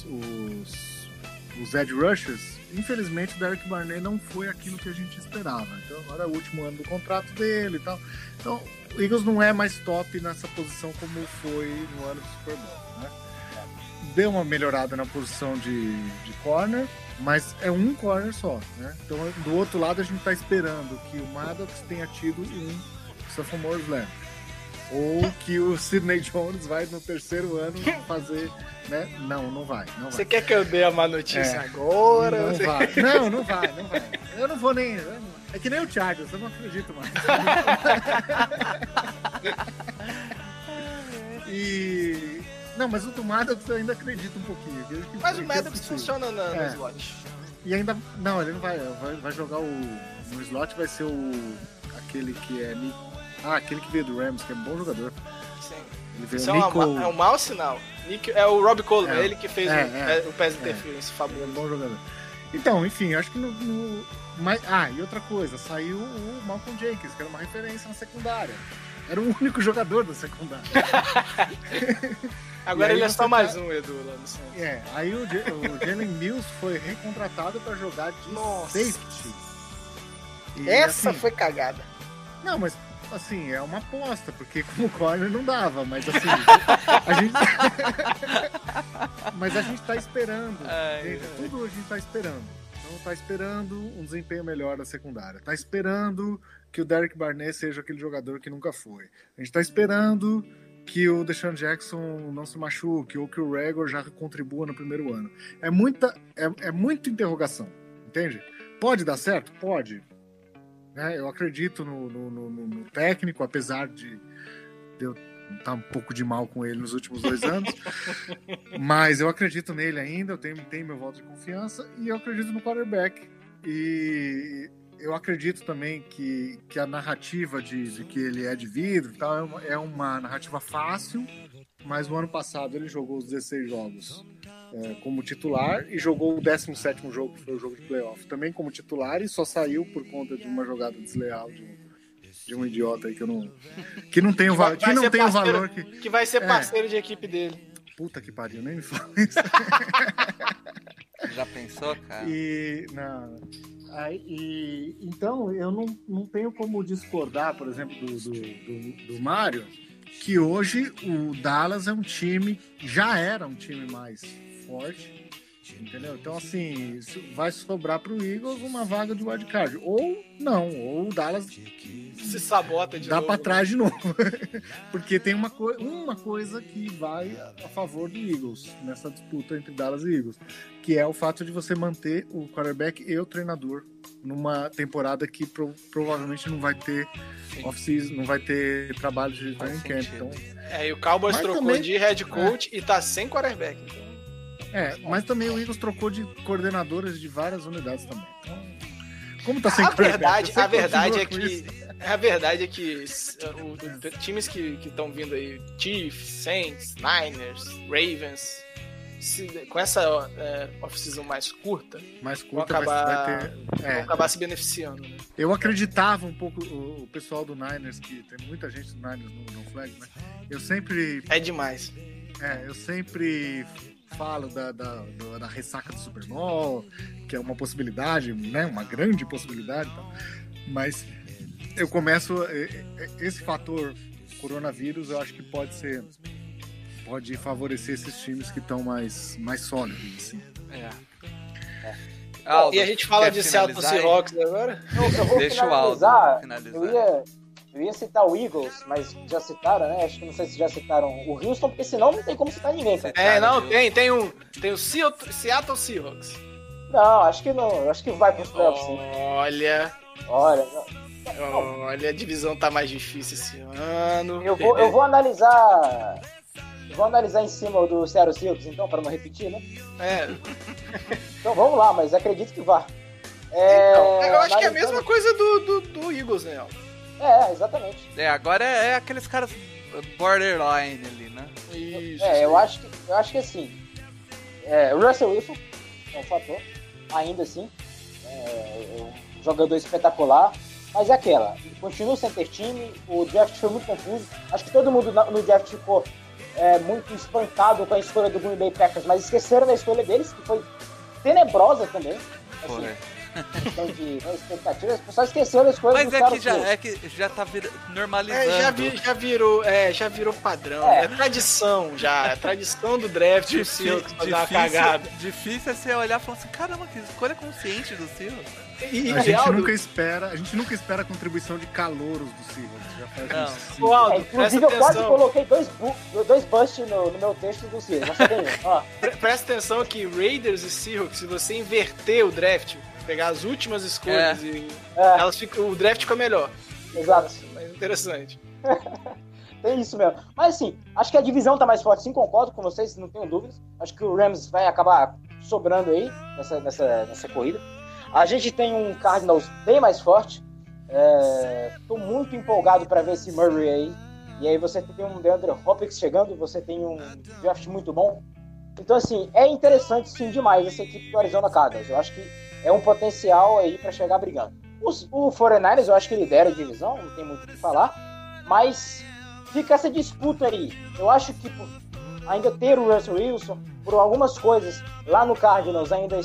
os edge rushers, infelizmente o Derek Barnett não foi aquilo que a gente esperava. Então agora é o último ano do contrato dele e tal. Então o Eagles não é mais top nessa posição como foi no ano do Super Bowl, né? Deu uma melhorada na posição de corner, mas é um corner só, né? Então do outro lado a gente está esperando que o Maddox tenha tido um sophomore slam. ou que o Sidney Jones vai no terceiro ano fazer, né? Não vai. Você quer que eu dê a má notícia agora? Não vai. Não vai. Eu não vou nem... É que nem o Chargers, eu não acredito mais. Não, mas o do Maddox eu ainda acredito um pouquinho. Mas o Maddox funciona no slot. E ainda... Não, ele não vai jogar no slot vai ser aquele que é... aquele que veio do Rams, que é um bom jogador. Sim. Isso é um mau sinal. É o Rob Coleman, ele que fez o pass interference fabuloso. É um bom jogador. Então, enfim, acho que e outra coisa, saiu o Malcolm Jenkins, que era uma referência na secundária. Era o único jogador da secundária. Agora ele é só mais um, Edu, lá no Santos. Aí o Jalen Mills foi recontratado para jogar de safety. Essa assim, foi cagada. Não, mas assim, é uma aposta, porque como corner não dava, mas assim, mas a gente tá esperando. Tudo a gente tá esperando. Então tá esperando um desempenho melhor da secundária. Tá esperando que o Derek Barnett seja aquele jogador que nunca foi. A gente tá esperando que o Deshaun Jackson não se machuque ou que o Reagor já contribua no primeiro ano. É muita interrogação, entende? Pode dar certo? Pode. Eu acredito no técnico, apesar de eu estar um pouco de mal com ele nos últimos 2 anos, mas eu acredito nele ainda, eu tenho meu voto de confiança e eu acredito no quarterback. E eu acredito também que a narrativa de que ele é de vidro e tal é uma narrativa fácil, mas no ano passado ele jogou os 16 jogos como titular e jogou o 17º jogo, que foi o jogo de playoff, também como titular, e só saiu por conta de uma jogada desleal de um idiota aí que não tem o valor que vai ser parceiro de equipe dele. Puta que pariu, nem me fala isso. Já pensou, cara? Então eu não tenho como discordar, por exemplo, do Mário, que hoje o Dallas já era um time mais forte, entendeu? Então, assim, vai sobrar pro Eagles uma vaga de wildcard. Ou não, ou o Dallas se sabota de dá novo. Dá pra trás de novo. Porque tem uma coisa que vai a favor do Eagles nessa disputa entre Dallas e Eagles, que é o fato de você manter o quarterback e o treinador numa temporada que provavelmente não vai ter off-season, não vai ter trabalho de training camp. Então, e o Cowboys trocou também, de head coach e tá sem quarterback. Então. Mas também o Eagles trocou de coordenadores de várias unidades também. Então, como tá sem quarterback? A verdade é que os times que estão vindo aí, Chiefs, Saints, Niners, Ravens, com essa off-season mais curta vão acabar se beneficiando, né? Eu acreditava um pouco, o pessoal do Niners, que tem muita gente do Niners no flag, né? Eu sempre... É demais. Eu sempre falo da ressaca do Super Bowl, que é uma possibilidade, né? Uma grande possibilidade, mas eu começo... Esse fator coronavírus, eu acho que pode favorecer esses times que estão mais sólidos, assim. E a gente fala de Seattle Seahawks agora? Eu vou Deixa finalizar. O Aldo finalizar. Eu ia citar o Eagles, mas já citaram, né? Acho que não sei se já citaram o Houston, porque senão não tem como citar ninguém, cara. Tem o Seattle Seahawks. Não, acho que não. Acho que vai pros playoffs, sim. Olha, a divisão tá mais difícil esse ano. Eu vou analisar... Vou analisar em cima do Seattle Seahawks, então, para não repetir, né? Então vamos lá, mas acredito que vá. Eu acho que é a mesma coisa do Eagles, né? Exatamente. Agora é aqueles caras borderline ali, né? Isso. Eu acho que assim, o Russell Wilson é um fator, ainda assim, um jogador espetacular, mas é aquela, continua sem ter time, o draft foi muito confuso, acho que todo mundo no draft ficou muito espantado com a escolha do Green Bay Packers, mas esqueceram da escolha deles, que foi tenebrosa também. Questão de expectativas, o pessoal esqueceu da escolha do que já tá normalizando. Já virou padrão. É tradição já. É tradição do draft do Seahawks pra dar uma cagada. Difícil é você olhar e falar assim, caramba, que escolha consciente do Seahawks. A gente nunca espera a contribuição de calouros do Seahawks. Já faz uns 5. Aldo, inclusive, eu quase coloquei dois busts no meu texto do Seahawks, mas só tem um. Presta atenção que Raiders e Seahawks, se você inverter o draft, pegar as últimas escolhas elas ficam, o draft fica melhor. Exato. É interessante. Tem isso mesmo. Mas assim, acho que a divisão tá mais forte, sim, concordo com vocês, não tenho dúvidas. Acho que o Rams vai acabar sobrando aí nessa corrida. A gente tem um Cardinals bem mais forte. Tô muito empolgado para ver esse Murray aí. E aí você tem um DeAndre Hopkins chegando, você tem um draft muito bom. Então assim, é interessante sim demais essa equipe do Arizona Cardinals. Eu acho que é um potencial aí para chegar brigando. O 49ers eu acho que lidera a divisão, não tem muito o que falar. Mas fica essa disputa aí. Eu acho que ainda ter o Russell Wilson, por algumas coisas lá no Cardinals ainda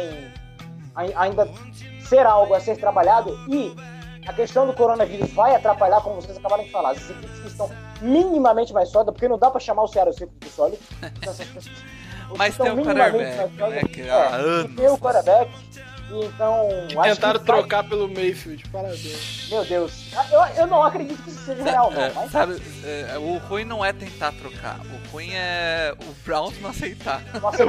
ser algo a ser trabalhado, e a questão do coronavírus vai atrapalhar, como vocês acabaram de falar, as equipes que estão minimamente mais sólidas, porque não dá pra chamar o Seattle Seahawks de sólido. Mas tem o quarterback, né? Que há anos. Tem o quarterback. E então. Tentaram trocar pelo Mayfield, parabéns. Meu Deus. Eu não acredito que isso seja real, não. Mas... Sabe, o ruim não é tentar trocar. O ruim é o Browns não aceitar.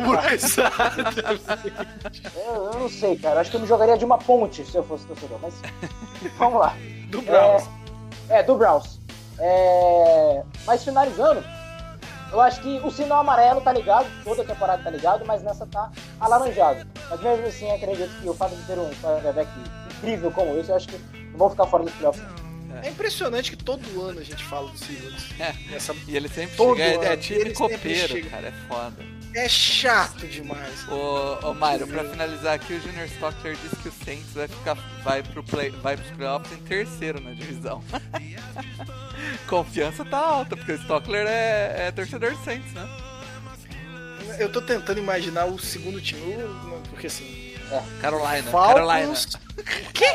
Eu não sei, cara. Acho que eu me jogaria de uma ponte se eu fosse torcedor. Mas vamos lá. Do Browns. Do Browns. Mas finalizando, eu acho que o sinal amarelo tá ligado, toda a temporada tá ligado, mas nessa tá alaranjado. Mas mesmo assim, acredito que o fato de ter um quarterback incrível como esse, eu acho que não vão ficar fora dos playoffs. É impressionante que todo ano a gente fala do Seahawks. E ele sempre chega, é time copeiro, cara, é foda. É chato demais. Ô Mário, pra finalizar aqui, o Junior Stockler disse que o Saints vai pros playoffs em terceiro na divisão. Confiança tá alta, porque o Stockler é torcedor do Saints, né? Eu tô tentando imaginar o segundo time, porque assim... Carolina. O quê?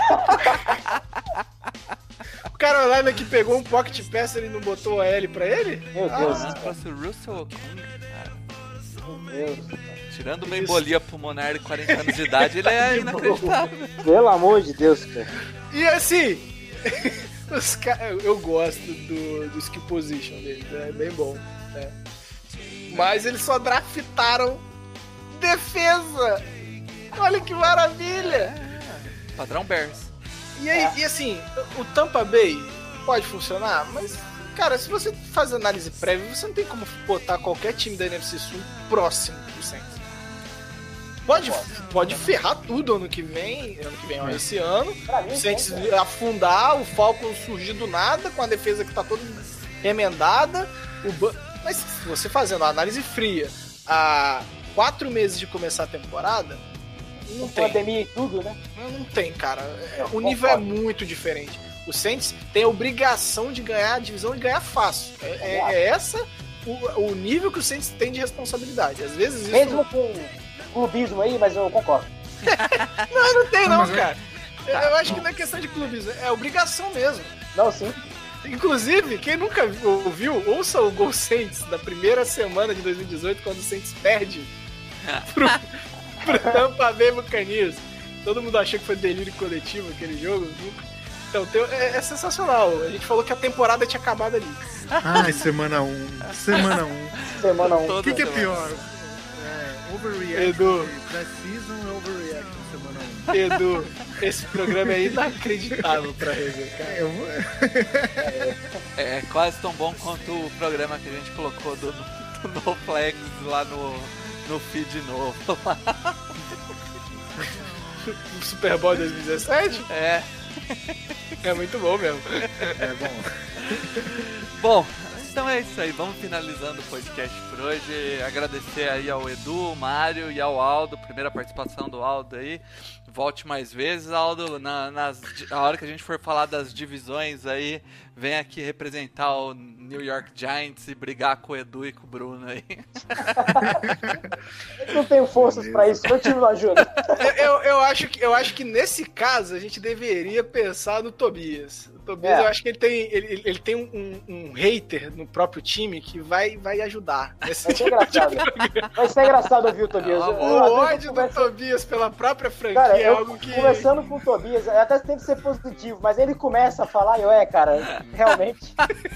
O Carolina que pegou um pocket pass e não botou a L pra ele? Meu Deus. Trouxe o Russell Okung, cara. Meu Deus. Tirando uma embolia pulmonar de 40 anos de idade, ele é inacreditável. Pelo amor de Deus, cara. E assim... eu gosto do skill position deles, é bem bom. Né? Mas eles só draftaram defesa. Olha que maravilha. Padrão Bears. E aí, e assim, o Tampa Bay pode funcionar, mas, cara, se você faz análise prévia, você não tem como botar qualquer time da NFC Sul próximo do Saints. Pode ferrar tudo ano que vem ó, esse ano. O Saints afundar, o Falcon surgir do nada, com a defesa que tá toda remendada. Mas se você fazendo a análise fria há 4 meses de começar a temporada, não tem. Pandemia e tudo, né? Não tem, cara. O nível é muito diferente. O Saints tem a obrigação de ganhar a divisão e ganhar fácil. É essa o nível que o Saints tem de responsabilidade. Às vezes isso... Mesmo com clubismo aí, mas eu concordo. Não tem não, cara. Eu acho que não é questão de clubismo, é obrigação mesmo. Não, sim. Inclusive, quem nunca ouviu, ouça o Gol Saints da primeira semana de 2018, quando o Saints perde pro Tampa Bay Buccaneers. Todo mundo achou que foi delírio coletivo aquele jogo. Então, é sensacional. A gente falou que a temporada tinha acabado ali. Semana 1. Semana 1. O que é pior? Overreaction. Edu. Pré-season ou overreaction semana 1? Edu, esse programa é inacreditável pra rever, cara. É quase tão bom quanto o programa que a gente colocou do No Flags lá no feed novo. No Super Bowl 2017? É muito bom mesmo. Bom, então é isso aí, vamos finalizando o podcast por hoje. Agradecer aí ao Edu, ao Mário e ao Aldo, primeira participação do Aldo aí. Volte mais vezes, Aldo, a hora que a gente for falar das divisões aí, vem aqui representar o New York Giants e brigar com o Edu e com o Bruno aí. Eu não tenho forças pra isso, meu time não ajuda. Eu acho que nesse caso a gente deveria pensar no Tobias. O Tobias, eu acho que ele tem um hater no próprio time que vai ajudar. Vai ser engraçado. Vai ser engraçado ouvir o Tobias. O ódio do Tobias pela própria franquia algo que... Conversando com o Tobias, até tem que ser positivo, mas ele começa a falar e eu, cara, realmente...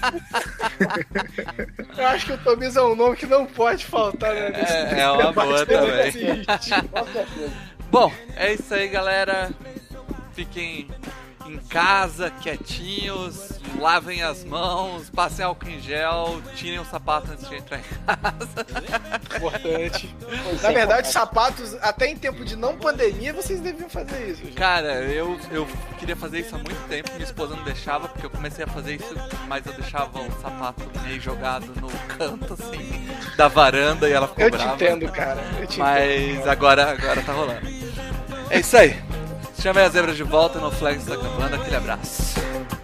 Eu acho que o Tobias é um nome que não pode faltar, né? É uma boa também. Com certeza. Bom, é isso aí, galera. Fiquem em casa, quietinhos, lavem as mãos, passem álcool em gel, tirem o sapato antes de entrar em casa. Importante. Na verdade, sapatos, até em tempo de não pandemia, vocês deviam fazer isso. Gente. Cara, eu queria fazer isso há muito tempo, minha esposa não deixava, porque eu comecei a fazer isso, mas eu deixava o sapato meio jogado no canto, assim, da varanda e ela ficou brava. Eu te entendo, cara. Mas agora tá rolando. É isso aí. Chamei as zebras de volta no Flags da Cabana. Aquele abraço.